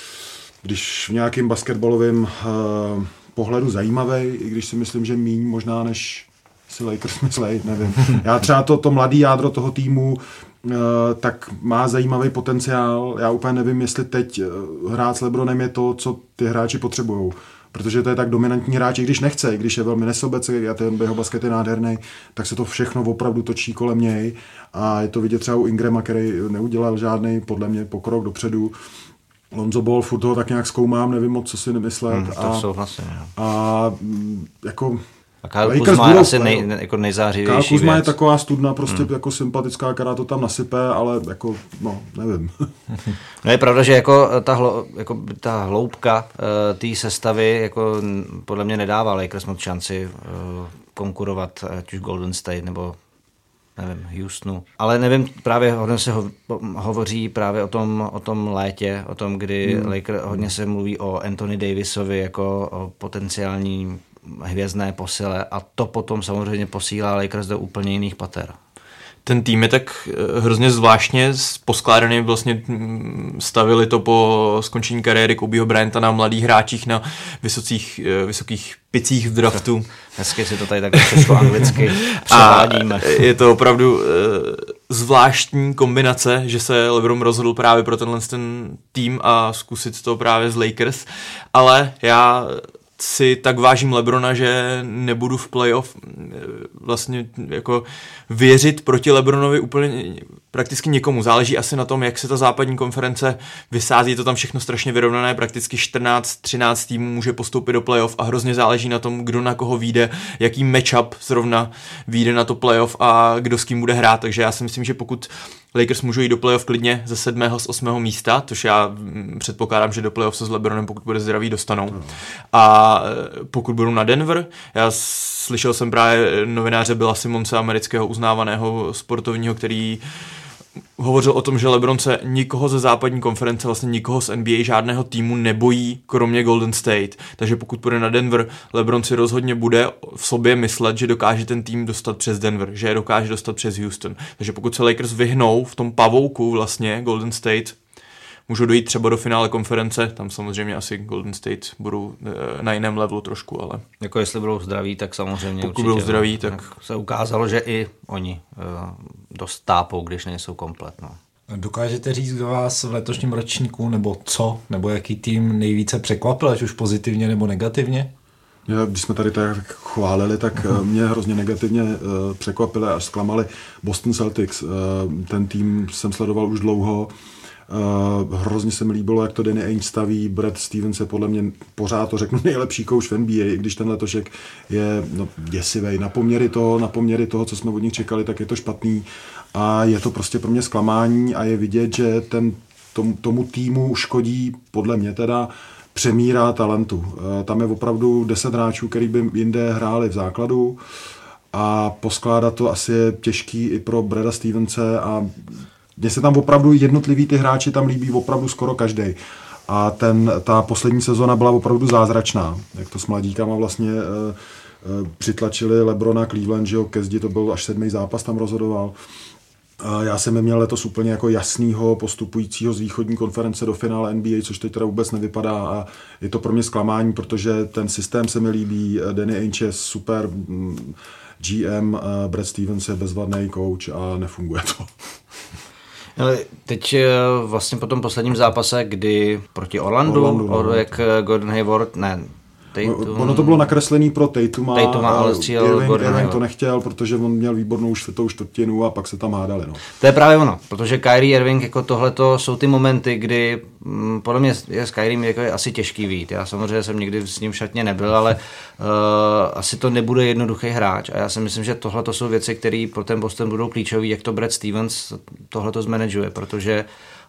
když v nějakým basketbalovém uh, pohledu zajímavý, i když si myslím, že míň možná než si Lakers myslej, nevím. Já třeba to, to mladý jádro toho týmu uh, tak má zajímavý potenciál. Já úplně nevím, jestli teď uh, hrát s LeBronem je to, co ty hráči potřebujou. Protože to je tak dominantní hráč, i když nechce, i když je velmi nesobecký a ten jeho basket je nádherný, tak se to všechno opravdu točí kolem něj. A je to vidět třeba u Ingrama, který neudělal žádný, podle mě, pokrok dopředu. Lonzo Ball, furt toho tak nějak zkoumám, nevím moc, co si nemyslet. Hmm, to a, souhlasím. A jako... A Kyle Kuzma je asi nej, jako nejzářivější Kyle Kuzma věc. je taková studna, prostě hmm. jako sympatická, která to tam nasype, ale jako, no, nevím. No je pravda, že jako ta, hlo, jako ta hloubka uh, té sestavy jako podle mě nedává Lakers moc šanci uh, konkurovat ať už Golden State nebo nevím, Houstonu. Ale nevím, právě hodně se ho, hovoří právě o tom, o tom létě, o tom, kdy hmm. Lakers, hodně se mluví o Anthony Davisovi jako o potenciální hvězdné posile a to potom samozřejmě posílá Lakers do úplně jiných pater. Ten tým je tak hrozně zvláštně poskládaný, vlastně stavili to po skončení kariéry Kobeho Bryanta na mladých hráčích, na vysokých, vysokých picích v draftu. Hezky si to tady tak všechno anglicky převádíme. A je to opravdu zvláštní kombinace, že se LeBron rozhodl právě pro tenhle ten tým a zkusit to právě z Lakers, ale já si tak vážím LeBrona, že nebudu v playoff vlastně jako věřit proti LeBronovi úplně prakticky nikomu. Záleží asi na tom, jak se ta západní konference vysází, je to tam všechno strašně vyrovnané, prakticky čtrnáct třináct týmů může postoupit do playoff a hrozně záleží na tom, kdo na koho vyjde, jaký matchup zrovna vyjde na to playoff a kdo s kým bude hrát, takže já si myslím, že pokud Lakers můžou jít do playoff klidně ze sedmého z osmého místa, což já předpokládám, že do playoff se s LeBronem, pokud bude zdravý, dostanou. No. A pokud budou na Denver, já slyšel jsem právě novináře Billa Simonse, amerického uznávaného sportovního, který hovořil o tom, že LeBron se nikoho ze západní konference, vlastně nikoho z N B A, žádného týmu nebojí, kromě Golden State. Takže pokud půjde na Denver, LeBron si rozhodně bude v sobě myslet, že dokáže ten tým dostat přes Denver, že je dokáže dostat přes Houston. Takže pokud se Lakers vyhnou v tom pavouku vlastně Golden State, můžou dojít třeba do finále konference, tam samozřejmě asi Golden State budou na jiném levelu trošku, ale... Jako jestli budou zdraví, tak samozřejmě pokud určitě. budou zdraví, tak... Se ukázalo, že i oni uh, dost tápou, když nejsou komplet, no. Dokážete říct, kdo vás v letošním ročníku, nebo co, nebo jaký tým nejvíce překvapil, ať už pozitivně nebo negativně? Já, když jsme tady tak chválili, tak uh-huh. mě hrozně negativně uh, překvapili až zklamali Boston Celtics. Uh, ten tým jsem sledoval už dlouho. Uh, hrozně se mi líbilo, jak to Danny Ainge staví. Brad Stevens je podle mě pořád, to řeknu, nejlepší kouč v N B A, i když ten letošek je no, děsivej. Na poměry toho, na poměry toho, co jsme od nich čekali, tak je to špatný. A je to prostě pro mě zklamání a je vidět, že ten, tom, tomu týmu škodí, podle mě teda, přemíra talentu. Uh, tam je opravdu deset hráčů, který by jinde hráli v základu a poskládat to asi je těžký i pro Brada Stevense a mně se tam opravdu jednotliví ty hráči tam líbí opravdu skoro každý. A ten, ta poslední sezona byla opravdu zázračná. Jak to s mladíkama vlastně e, e, přitlačili LeBrona Cleveland, že jo, ke zdi to byl až sedmý zápas tam rozhodoval. A já jsem je měl letos úplně jako jasnýho postupujícího z východní konference do finále N B A, což teď teda vůbec nevypadá a je to pro mě zklamání, protože ten systém se mi líbí, Danny Ainge je super G M, Brad Stevens je bezvadný coach a nefunguje to. Ale teď vlastně po tom posledním zápase, kdy proti Orlandu, Orlandu no. jak Gordon Hayward, ne, Tatum. Ono to bylo nakreslený pro Tatuma, Tatuma ale střílel Irving, Irving to nechtěl, protože on měl výbornou čtvrtou čtvrtinu a pak se tam hádali. No. To je právě ono, protože Kyrie Irving, jako tohleto jsou ty momenty, kdy m, podle mě je s Kyriem jako je asi těžký vyjít. Já samozřejmě jsem nikdy s ním v šatně nebyl, ale uh, asi to nebude jednoduchý hráč a já si myslím, že tohleto jsou věci, které pro ten Boston budou klíčové, jak to Brad Stevens tohleto zmanaguje, protože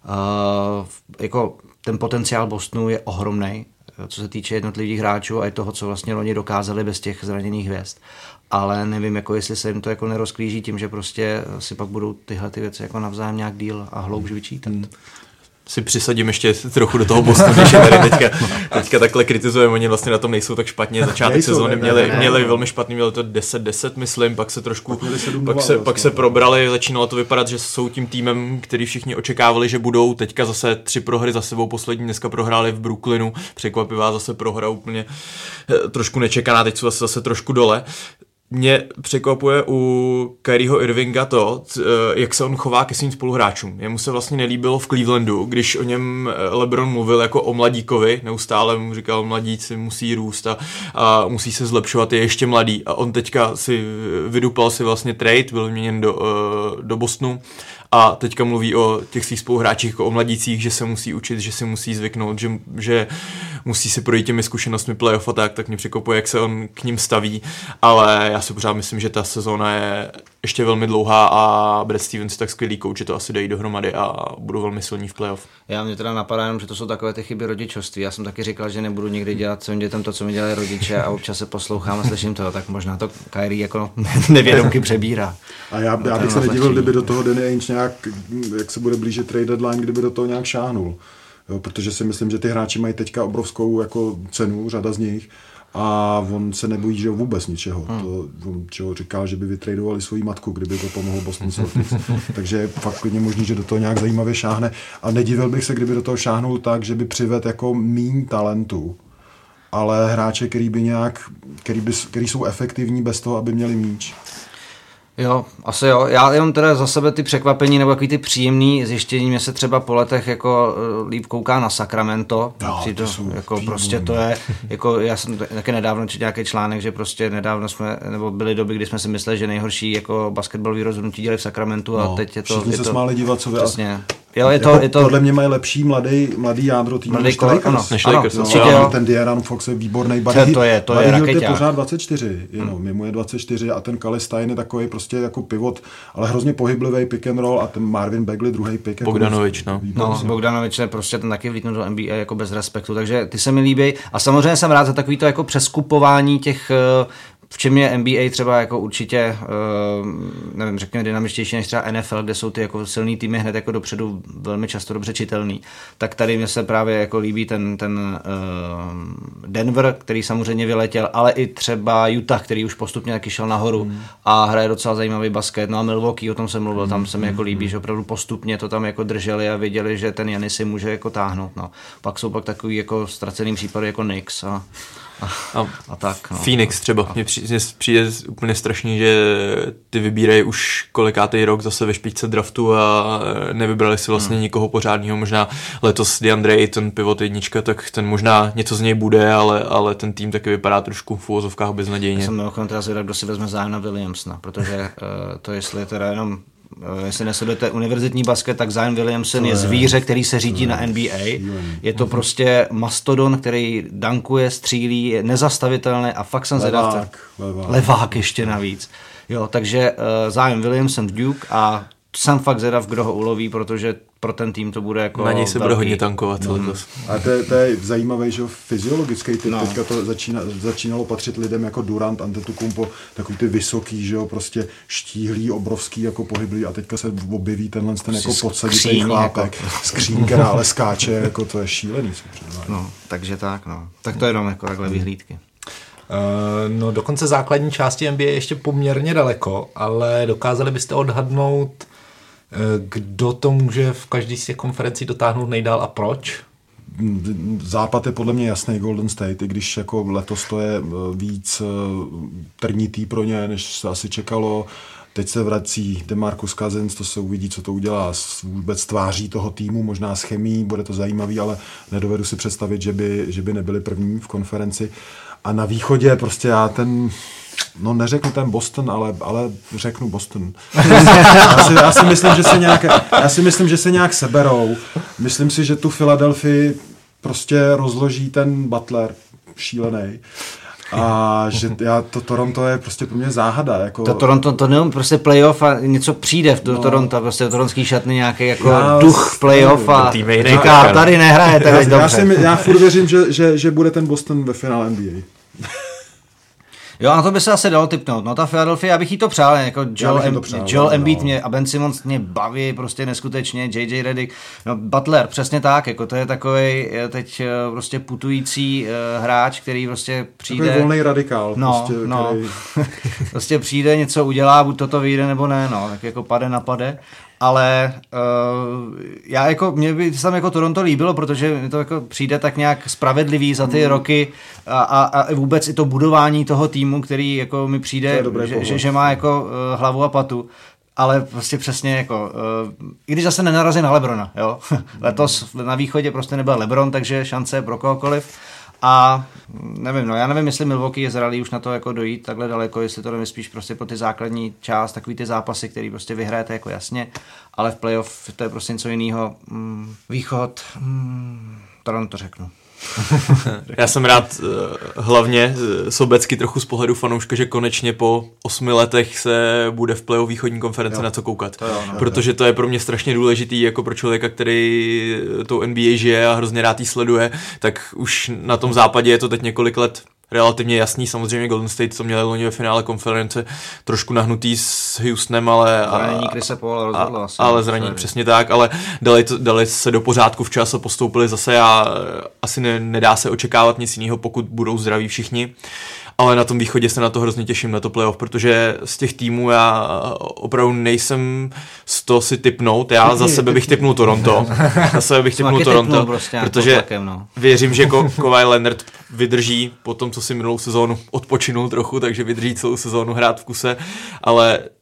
uh, jako ten potenciál Bostonu je ohromnej, co se týče jednotlivých hráčů a i toho, co vlastně oni dokázali bez těch zraněných hvězd. Ale nevím, jako jestli se jim to jako nerozklíží tím, že prostě si pak budou tyhle ty věci jako navzájem nějak díl a hloubš vyčítat. Hmm. Si přisadím ještě trochu do toho Bostonu, když je tady teďka, teďka takhle kritizujeme, oni vlastně na tom nejsou tak špatně, začátek nejsou, sezóny ne, měli, ne, ne, měli ne. velmi špatný, měli to deset deset, myslím, pak se trošku, pak, pak, se, vlastně. pak se probrali, začínalo to vypadat, že jsou tím týmem, který všichni očekávali, že budou, teďka zase tři prohry za sebou, poslední dneska prohráli v Brooklynu, překvapivá zase prohra úplně trošku nečekaná, teď jsou zase, zase trošku dole. Mě překvapuje u Kyrieho Irvinga to, jak se on chová ke svým spoluhráčům. Jemu se vlastně nelíbilo v Clevelandu, když o něm LeBron mluvil jako o mladíkovi, neustále mu říkal, mladíci musí růst a, a musí se zlepšovat, je ještě mladý. A on teďka si vydupal si vlastně trade, byl vyměněn do, do Bostonu a teďka mluví o těch svých spoluhráčích jako o mladících, že se musí učit, že si musí zvyknout, že, že musí si projít těmi zkušenostmi playoff a tak, tak mě překvapuje, jak se on k ním staví, ale já si pořád myslím, že ta sezóna je ještě velmi dlouhá a Brad Stevens tak skvělý coach, že to asi dají dohromady a budou velmi silní v playoff. Já mě teda napadá jenom, že to jsou takové ty chyby rodičovství. Já jsem taky říkal, že nebudu nikdy dělat svým dětem to, co mi dělají rodiče a občas se poslouchám a slyším to, tak možná to Kyrie jako nevědomky přebírá. A já, já bych se nedivil, kdyby do toho Danny Ainge nějak, jak se bude blížit trade deadline, kdyby do toho nějak šáhnul. Jo, protože si myslím, že ty hráči mají teďka obrovskou jako cenu, řada z nich, a on se nebojí, že vůbec ničeho. Hmm. To, on čeho říkal, že by vytradovali svoji matku, kdyby to pomohlo Boston Celtics. Takže je fakt klidně možný, že do toho nějak zajímavě šáhne. A nedivil bych se, kdyby do toho šáhnul tak, že by přivedl jako míň talentu, ale hráče, který by nějak, který, by, který jsou efektivní bez toho, aby měli míč. Jo, asi jo. Já jenom teda za sebe ty překvapení nebo takový ty příjemný zjištění, mě se třeba po letech jako líp kouká na Sacramento. No, to, to jako výborný. prostě to je, jako já jsem taky nedávno četl nějaký článek, že prostě nedávno jsme, nebo byly doby, kdy jsme si mysleli, že nejhorší jako basketbalový rozhodnutí dělali v Sacramentu no, a teď je to... Všichni je se to, smáli divacově. Přesně. Jo, je to, jako je to... Podle mě mají lepší mladý, mladý jádro týmu než Lakers. Než Lakers, no, určitě, no, jo. ten De'Aaron Fox je výborný. To, to je, to je Buddy Hield je rakeťák. pořád dvacet čtyři, jenom, hmm. mimo je dvacet čtyři a ten Kali Stein je takový prostě jako pivot, ale hrozně pohyblivý pick and roll a ten Marvin Bagley druhý pick. Bogdanovič, no. No, Bogdanovič je prostě ten taky vlítnul do N B A jako bez respektu, takže ty se mi líbí a samozřejmě jsem rád za takový to jako přeskupování těch, v čem je N B A třeba jako určitě, nevím, řekněme dynamičtější než třeba N F L, kde jsou ty jako silný týmy hned jako dopředu velmi často dobře čitelný. Tak tady mě se právě jako líbí ten, ten Denver, který samozřejmě vyletěl, ale i třeba Utah, který už postupně taky šel nahoru hmm. a hraje docela zajímavý basket. No a Milwaukee, o tom jsem mluvil, tam se mi jako líbí, že opravdu postupně to tam jako drželi a věděli, že ten Giannis si může jako táhnout. No. Pak jsou pak takový jako ztracený případy jako Knicks a A, a, a tak, no. Phoenix třeba. Mně přijde, přijde úplně strašný, že ty vybírají už kolikátej rok zase ve špičce draftu a nevybrali si vlastně hmm. nikoho pořádného. Možná letos DeAndre, ten pivot jednička, tak ten možná něco z něj bude, ale, ale ten tým taky vypadá trošku v uvozovkách beznadějně. Já jsem mimochodem teda zvědav, kdo si vezme zájem na Williamsona, protože uh, to jestli je teda jenom jestli nesledujete univerzitní basket, tak Zion Williamson je zvíře, který se řídí na N B A. Je to prostě mastodon, který dankuje, střílí, je nezastavitelný a fakt jsem zvědav. Levák, levák. Levák ještě navíc. Jo, takže uh, Zion Williamson Duke a jsem fakt zvědav, kdo ho uloví, protože pro ten tým to bude jako na něj se velký. bude hodně tankovat mm. letos. A to je, to je zajímavý, že fyziologický typ. No. Teďka to začína, začínalo patřit lidem jako Durant, Antetokounmpo, takový ty vysoký, že jo, prostě štíhlý, obrovský, jako pohyblý a teďka se objeví tenhle ten jako podsaditý chlápek, jako. Skříň, která ale skáče, jako to je šílený. No, takže tak, no. Tak to je jenom jako takhle vyhlídky. Uh, no do konce základní části N B A je ještě poměrně daleko, ale dokázali byste odhadnout, kdo to může v každý z těch konferencí dotáhnout nejdál a proč? Západ je podle mě jasný Golden State, i když jako letos to je víc trnitý pro ně, než se asi čekalo. Teď se vrací DeMarcus Cousins, to se uvidí, co to udělá s vůbec tváří toho týmu, možná s chemií, bude to zajímavý, ale nedovedu si představit, že by, že by nebyli první v konferenci. A na východě prostě já ten... No neřeknu ten Boston, ale, ale řeknu Boston. já, si, já, si myslím, že se nějak, já si myslím, že se nějak seberou. Myslím si, že tu Philadelphii prostě rozloží ten Butler šílený. A že já, to Toronto je prostě pro mě záhada. Jako... To Toronto, to neum, prostě playoff a něco přijde do no. Toronto, prostě do toronský šatny nějaký jako já, duch playoff a říká, tady nehrajete, já, teď já, dobře. si, já furt věřím, že, že, že bude ten Boston ve finále N B A. Jo, na to by se asi dalo tipnout. No ta Philadelphia, já bych jí to přál, jako Joel, em, přál, Joel no. Embiid mě a Ben Simmons mě baví prostě neskutečně, J J Redick, no Butler, přesně tak, jako to je takovej teď prostě putující uh, hráč, který prostě přijde... Takový volný radikál. No, prostě, no. který... prostě přijde, něco udělá, buď toto vyjde nebo ne, no, tak jako pade napade. Ale uh, já jako, mě by se tam jako Toronto líbilo, protože mi to jako přijde tak nějak spravedlivý za ty mm. roky a, a, a vůbec i to budování toho týmu, který jako mi přijde, že, že, že má jako uh, hlavu a patu. Ale prostě přesně jako, uh, i když zase nenarazí na LeBrona, jo. Letos na východě prostě nebyl LeBron, takže šance pro kohokoliv. A nevím, no já nevím, jestli Milwaukee je zralý už na to jako dojít takhle daleko, jestli to spíš prostě pro ty základní část, takový ty zápasy, který prostě vyhrajete jako jasně, ale v playoff to je prostě něco jiného. Mm, východ, mm, Toronto řeknu. Já jsem rád hlavně sobecky trochu z pohledu fanouška, že konečně po osmi letech se bude v playoff východní konference jo. na co koukat. To jo, no, protože to je pro mě strašně důležitý jako pro člověka, který tou N B A žije a hrozně rád jí sleduje, tak už na tom západě je to teď několik let relativně jasný, samozřejmě Golden State, co měli loni ve finále konference, trošku nahnutý s Houstonem, ale... Zranění Chrisa Paula rozhodlo asi. Ale zranění, přesně tak, ale dali, to, dali se do pořádku včas a postoupili zase a asi ne, nedá se očekávat nic jiného, pokud budou zdraví všichni. Ale na tom východě se na to hrozně těším, na to playoff, protože z těch týmů já opravdu nejsem z toho si tipnout, já za sebe bych tipnul Toronto, za sebe bych tipnul Toronto, prostě protože tlakem, no. věřím, že Ko- Kawhi Leonard vydrží po tom, co si minulou sezónu odpočinul trochu, takže vydrží celou sezónu hrát v kuse, ale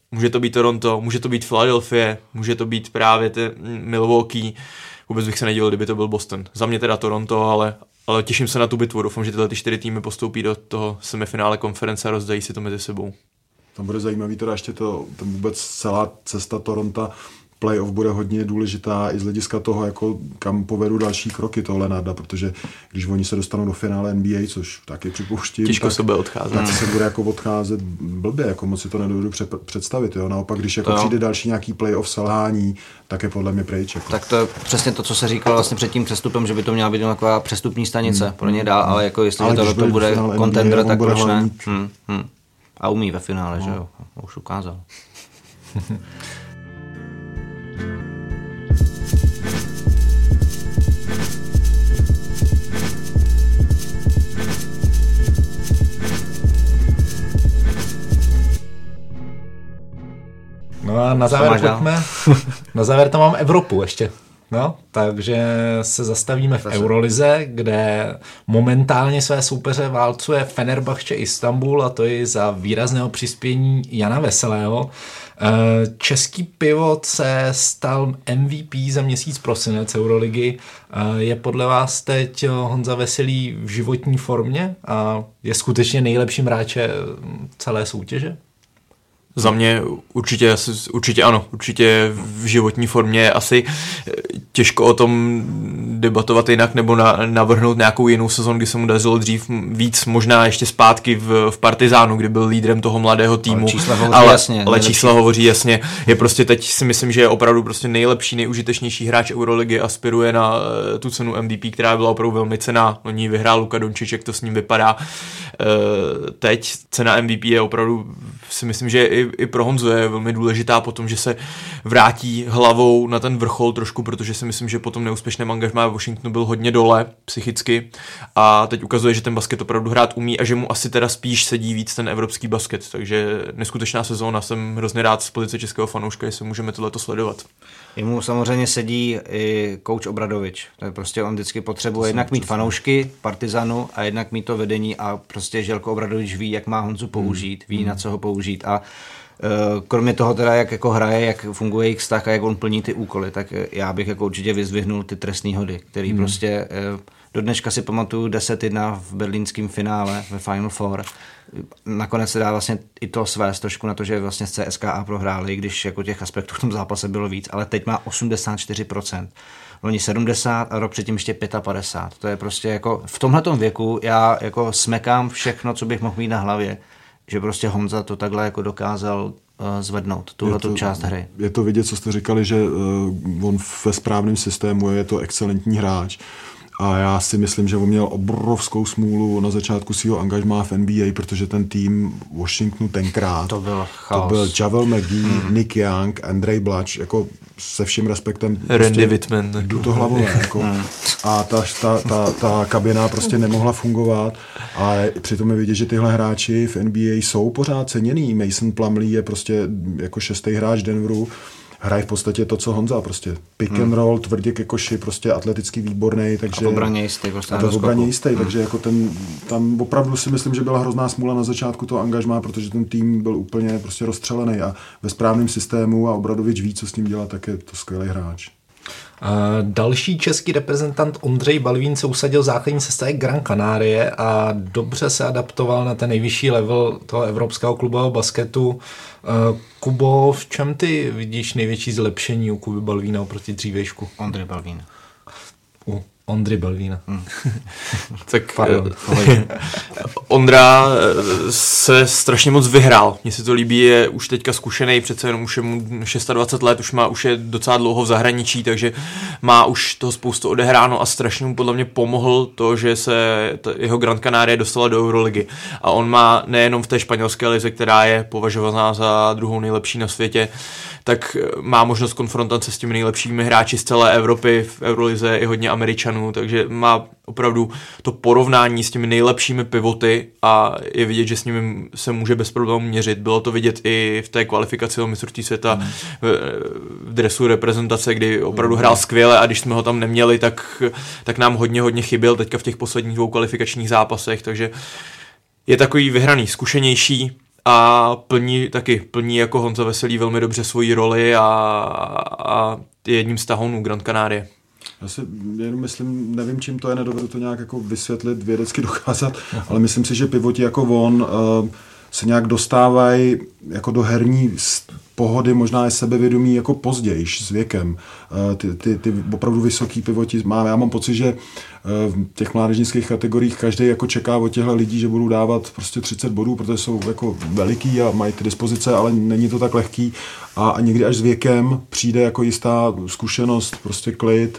může to být Toronto, může to být Philadelphia, může to být právě ty Milwaukee. Vůbec bych se nedivil, kdyby to byl Boston. Za mě teda Toronto, ale, ale těším se na tu bitvu. Doufám, že tyhle ty čtyři týmy postoupí do toho semifinále konference a rozdají si to mezi sebou. Tam bude zajímavý teda ještě to, tam vůbec celá cesta Toronto playoff bude hodně důležitá i z hlediska toho, jako kam povedou další kroky toho Lennarda, protože když oni se dostanou do finále N B A, což taky připouštím, těžko tak, se bude odcházet. Tak se bude jako odcházet blbě, jako moc si to nedovedu představit. Jo? Naopak, když jako přijde další nějaký playoff selhání, tak je podle mě pryč. Jako. Tak to je přesně to, co se říkalo vlastně před tím přestupem, že by to měla být taková přestupní stanice hmm. pro ně dál, ale jako jestli to, to bude kontender, tak proč ne? Hmm. Hmm. A umí ve finále, no. Že jo? Už ukázal. No a na závěr pojďme, na závěr tam mám Evropu ještě. No, takže se zastavíme v Eurolize, kde momentálně své soupeře válcuje Fenerbahče Istanbul, a to i za výrazného přispění Jana Veselého. Český pivot se stal M V P za měsíc prosinec Euroligy. Je podle vás teď Honza Veselý v životní formě a je skutečně nejlepším hráčem celé soutěže? Za mě určitě, určitě ano, určitě v životní formě asi těžko o tom debatovat jinak nebo na, navrhnout nějakou jinou sezonu, kdy se mu dařilo dřív víc, možná ještě zpátky v, v Partizánu, kdy byl lídrem toho mladého týmu. Ale čísla hovoří ale, jasně. Ale čísla hovoří jasně. Je prostě teď si myslím, že je opravdu prostě nejlepší, nejužitečnější hráč Euroligy, aspiruje na tu cenu M V P, která byla opravdu velmi cenná. No ní vyhrál Luka Dončić, jak to s ním vypadá. Teď cena M V P je opravdu, si myslím, že i, i pro Honzu je velmi důležitá potom, že se vrátí hlavou na ten vrchol trošku, protože si myslím, že po tom neúspěšném angažmá v Washingtonu byl hodně dole psychicky a teď ukazuje, že ten basket opravdu hrát umí a že mu asi teda spíš sedí víc ten evropský basket, takže neskutečná sezóna, jsem hrozně rád z pozice českého fanouška, jestli můžeme tohleto sledovat. Jemu samozřejmě sedí i kouč Obradovič. To je prostě on vždycky potřebuje jednak mít fanoušky Partizanu a jednak mít to vedení a prostě Željko Obradovič ví, jak má Honzu použít, ví, na co ho použít a kromě toho teda, jak jako hraje, jak funguje jejich vztah a jak on plní ty úkoly, tak já bych jako určitě vyzdvihnul ty trestný hody, který hmm. prostě do dneška si pamatuju deset jedna v berlínském finále ve Final Four. Nakonec se dá vlastně i to svést trošku na to, že vlastně z C S K A prohráli, když jako těch aspektů v tom zápase bylo víc, ale teď má osmdesát čtyři procent. Loni sedmdesát a rok předtím ještě padesát pět. To je prostě jako v tomhletom věku já jako smekám všechno, co bych mohl mít na hlavě, že prostě Honza to takhle jako dokázal uh, zvednout, tuhletu část hry. Je to vidět, co jste říkali, že uh, on ve správném systému je to excelentní hráč. A já si myslím, že on měl obrovskou smůlu na začátku svého angažmá v N B A, protože ten tým Washingtonu tenkrát, to byl chaos. To byl Javel McGee, hmm. Nick Young, Andrej Blatch, jako se vším respektem. Randy prostě Wittman. Jdu to hlavové. Jako, hmm. A ta, ta, ta, ta kabina prostě nemohla fungovat. A přitom je vidět, že tyhle hráči v N B A jsou pořád ceněný. Mason Plumlee je prostě jako šestý hráč Denveru. Hraje v podstatě to, co Honza, prostě pick hmm. and roll, tvrdě ke koši, prostě atleticky výborný, takže... A v obraně jistý. Prostě a to v obraně jistý, hmm. takže jako ten, tam opravdu si myslím, že byla hrozná smůla na začátku toho angažmá, protože ten tým byl úplně prostě rozstřelený a ve správném systému a Obradovič ví, co s ním dělat, tak je to skvělý hráč. Uh, další český reprezentant Ondřej Balvín se usadil základní sestavě Gran Canarie a dobře se adaptoval na ten nejvyšší level toho evropského klubového basketu. Uh, Kubo, v čem ty vidíš největší zlepšení u Kuby Balvína oproti dřívějšku? Ondřej Balvín. U Ondry Balvína. Hmm. Tak Ondra se strašně moc vyhrál. Mně se to líbí, je už teďka zkušený, přece jenom už je mu dvacet šest let, už má už je docela dlouho v zahraničí, takže má už toho spoustu odehráno a strašně mu podle mě pomohl to, že se jeho Gran Canaria dostala do Euroligy. A on má nejenom v té španělské lize, která je považovaná za druhou nejlepší na světě, tak má možnost konfrontace s těmi nejlepšími hráči z celé Evropy, v Eurolize i hodně Američanů, takže má opravdu to porovnání s těmi nejlepšími pivoty a je vidět, že s nimi se může bez problémů měřit. Bylo to vidět i v té kvalifikaci o mistrovství světa mm. v dresu reprezentace, kdy opravdu hrál skvěle a když jsme ho tam neměli, tak, tak nám hodně, hodně chyběl teďka v těch posledních dvou kvalifikačních zápasech, takže je takový vyhraný, zkušenější a plní taky, plní jako Honza Veselý velmi dobře svoji roli a, a je jedním z tahounů Gran Canarie. Já si jenom myslím, nevím, čím to je, nedovedu to nějak jako vysvětlit, vědecky dokázat, ale myslím si, že pivoti jako on uh, se nějak dostávají jako do herní pohody, možná i sebevědomí jako později, s věkem. Ty, ty, ty opravdu vysoký pivoti mám. Já mám pocit, že v těch mládežnických kategoriích každý jako čeká od těchto lidí, že budou dávat prostě třicet bodů, protože jsou jako veliký a mají ty dispozice, ale není to tak lehký. A, a někdy až s věkem přijde jako jistá zkušenost, prostě klid,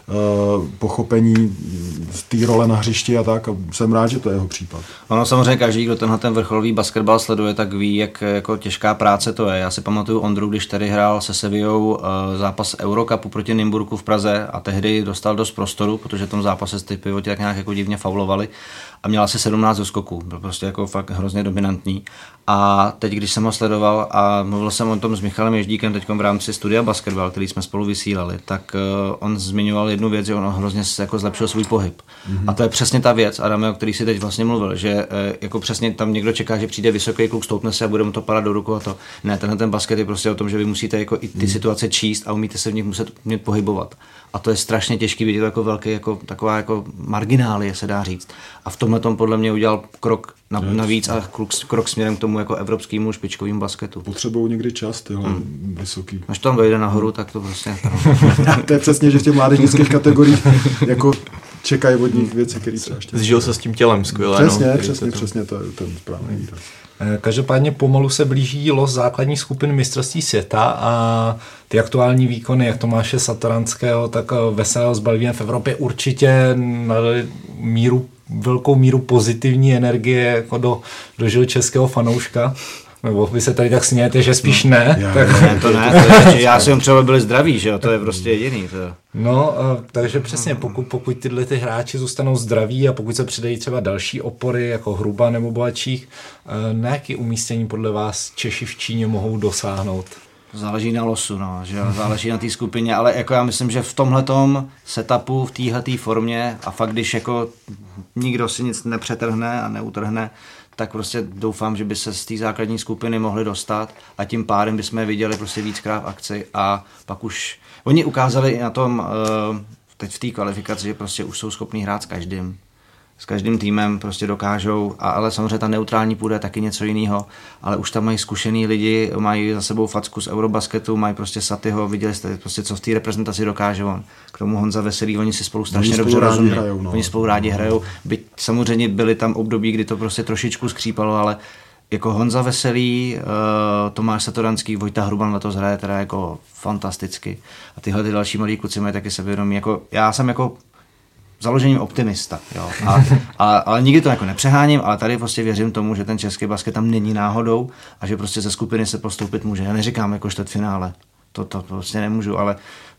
Uh, pochopení z té role na hřišti a tak. A jsem rád, že to je jeho případ. Ono samozřejmě každý, kdo tenhle ten vrcholový basketbal sleduje, tak ví, jak jako těžká práce to je. Já si pamatuju Ondru, když tady hrál se Sevillou uh, zápas Eurocupu proti Nymburku v Praze a tehdy dostal dost prostoru, protože v tom zápase ty pivoti tak nějak jako divně faulovali a měl asi sedmnáct doskoků. Byl prostě jako fakt hrozně dominantní. A teď, když jsem ho sledoval a mluvil jsem o tom s Michalem Ježdíkem teď v rámci studia basketbal, který jsme spolu vysílali, tak uh, on zmiňoval jednu věc, že on hrozně jako zlepšil svůj pohyb. Mm-hmm. A to je přesně ta věc, Adame, o který si teď vlastně mluvil, že uh, jako přesně tam někdo čeká, že přijde vysoký kluk, stoupne se a bude mu to padat do ruku a to. Ne, tenhle ten basket je prostě o tom, že vy musíte jako i ty mm. situace číst a umíte se v nich muset umět pohybovat. A to je strašně těžký, vidět to jako velký, jako taková jako marginálie, se dá říct. A v tomhle tom podle mě udělal krok na, navíc a krok, krok směrem k tomu jako evropskému špičkovému basketu. Potřebují někdy čas, tyhle hmm. vysoký. Až tam dojde nahoru, tak to prostě... To je přesně, že v těch mládežnických kategoriích jako čekají od nich věci, které třeba ještě... Zžil se s tím tělem skvěle. Přesně, no, přesně, to... přesně, to je ten správný výraz. Každopádně pomalu se blíží los základních skupin mistrovství světa a ty aktuální výkony, jak Tomáše Satoranského, tak Veselého s Belgiem v Evropě určitě nadali míru, velkou míru pozitivní energie jako do, do žil českého fanouška. Nebo vy se tady tak smějete, že spíš ne. Já, tak... ne, to ne, to je, já jsem třeba byli zdraví, že jo, to je prostě jediný. To. No, takže přesně, pokud, pokud tyhle ty hráči zůstanou zdraví a pokud se přidají třeba další opory, jako Hruba nebo Bohačík, na jaké umístění podle vás Češi v Číně mohou dosáhnout? Záleží na losu, no, že jo, záleží na té skupině, ale jako já myslím, že v tomhletom setupu, v téhletý formě a fakt, když jako nikdo si nic nepřetrhne a neutrhne, tak prostě doufám, že by se z té základní skupiny mohli dostat a tím pádem bychom je viděli prostě víckrát v akci a pak už, oni ukázali i na tom, teď v té kvalifikaci, že prostě už jsou schopní hrát s každým. S každým týmem prostě dokážou, a, ale samozřejmě ta neutrální půda je taky něco jiného, ale už tam mají zkušený lidi, mají za sebou facku z Eurobasketu, mají prostě Satyho, viděli jste prostě, co v té reprezentaci dokáže on. K tomu Honza Veselý, oni si spolu strašně dobře rozumí. No. Oni spolu rádi hrajou, byť samozřejmě byly tam období, kdy to prostě trošičku skřípalo, ale jako Honza Veselý, uh, Tomáš Satoranský, Vojta Hruban letos hraje teda jako fantasticky. A tyhle ty další mladí kluci mají taky sebevědomí. Jako, já jsem jako založením optimista, jo. A, a, ale nikdy to jako nepřeháním, ale tady prostě věřím tomu, že ten český basket tam není náhodou a že prostě ze skupiny se postoupit může. Já neříkám jako čtvrtfinále, to, to prostě nemůžu, ale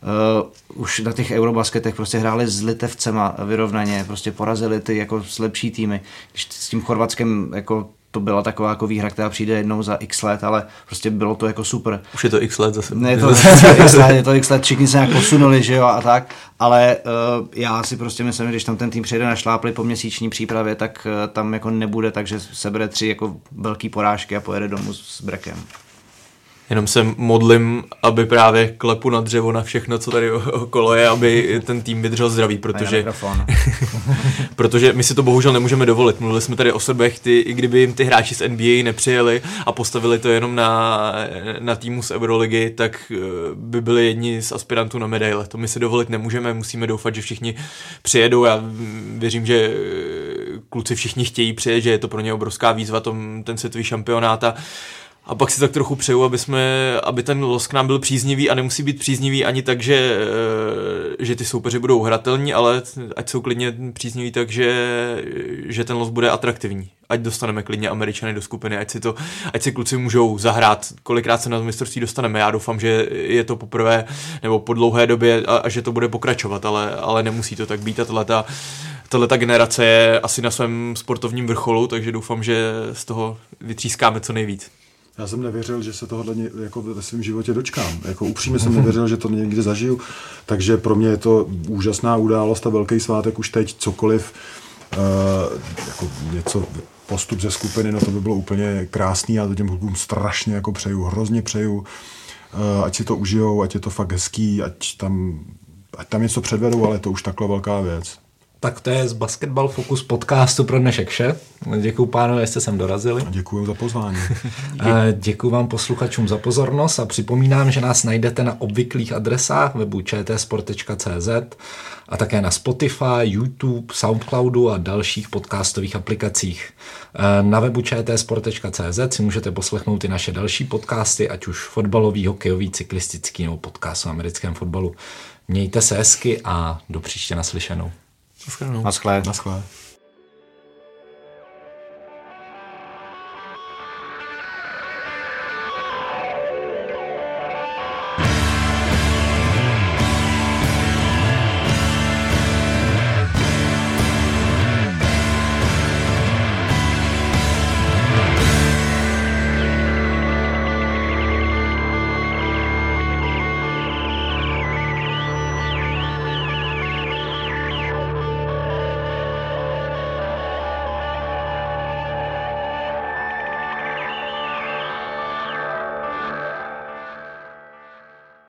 uh, už na těch Eurobasketech prostě hráli s Litevcema vyrovnaně, prostě porazili ty jako lepší týmy. Když s tím Chorvatskem jako to byla taková jako výhra, která přijde jednou za x let, ale prostě bylo to jako super. Už je to x let zase. Ne, je to, x let, je to x let, všichni se nějak posunuli, že jo, a tak, ale uh, já si prostě myslím, že když tam ten tým přijde na šlápli po měsíční přípravě, tak uh, tam jako nebude, takže sebere tři jako velký porážky a pojede domů s brekem. Jenom se modlím, aby právě klepu na dřevo na všechno, co tady okolo je, aby ten tým vydržel zdravý, protože, protože my si to bohužel nemůžeme dovolit. Mluvili jsme tady o Srbech, ty, i kdyby jim ty hráči z N B A nepřijeli a postavili to jenom na, na týmu z Euroligy, tak by byli jedni z aspirantů na medaile. To my si dovolit nemůžeme, musíme doufat, že všichni přijedou. Já věřím, že kluci všichni chtějí přijet, že je to pro ně obrovská výzva, tom, ten světový šampionát a A pak si tak trochu přeju, aby, jsme, aby ten los k nám byl příznivý a nemusí být příznivý ani tak, že, že ty soupeři budou hratelní, ale ať jsou klidně přízniví tak, že, že ten los bude atraktivní. Ať dostaneme klidně Američany do skupiny, ať si, to, ať si kluci můžou zahrát, kolikrát se na mistrovství dostaneme. Já doufám, že je to poprvé nebo po dlouhé době a, a že to bude pokračovat, ale, ale nemusí to tak být. A tato, tato generace je asi na svém sportovním vrcholu, takže doufám, že z toho vytřískáme co nejvíc. Já jsem nevěřil, že se tohohle jako ve svém životě dočkám. Jako upřímně jsem nevěřil, že to někdy zažiju. Takže pro mě je to úžasná událost a velký svátek už teď cokoliv jako něco, postup ze skupiny, no to by bylo úplně krásný, já to těm klukům strašně jako přeju, hrozně přeju, ať si to užijou, ať je to fakt hezký, ať tam, ať tam něco předvedou, ale to už takhle velká věc. Tak to je z Basketball Focus podcastu pro dnešek vše. Děkuju pánové, že jste sem dorazili. Děkuju za pozvání. Děkuju vám posluchačům za pozornost a připomínám, že nás najdete na obvyklých adresách webu č t sport tečka c z a také na Spotify, YouTube, Soundcloudu a dalších podcastových aplikacích. Na webu č t sport tečka c z si můžete poslechnout i naše další podcasty, ať už fotbalový, hokejový, cyklistický nebo podcast o americkém fotbalu. Mějte se hezky a do příště naslyšenou. Naschledanou. Naschle. Naschle.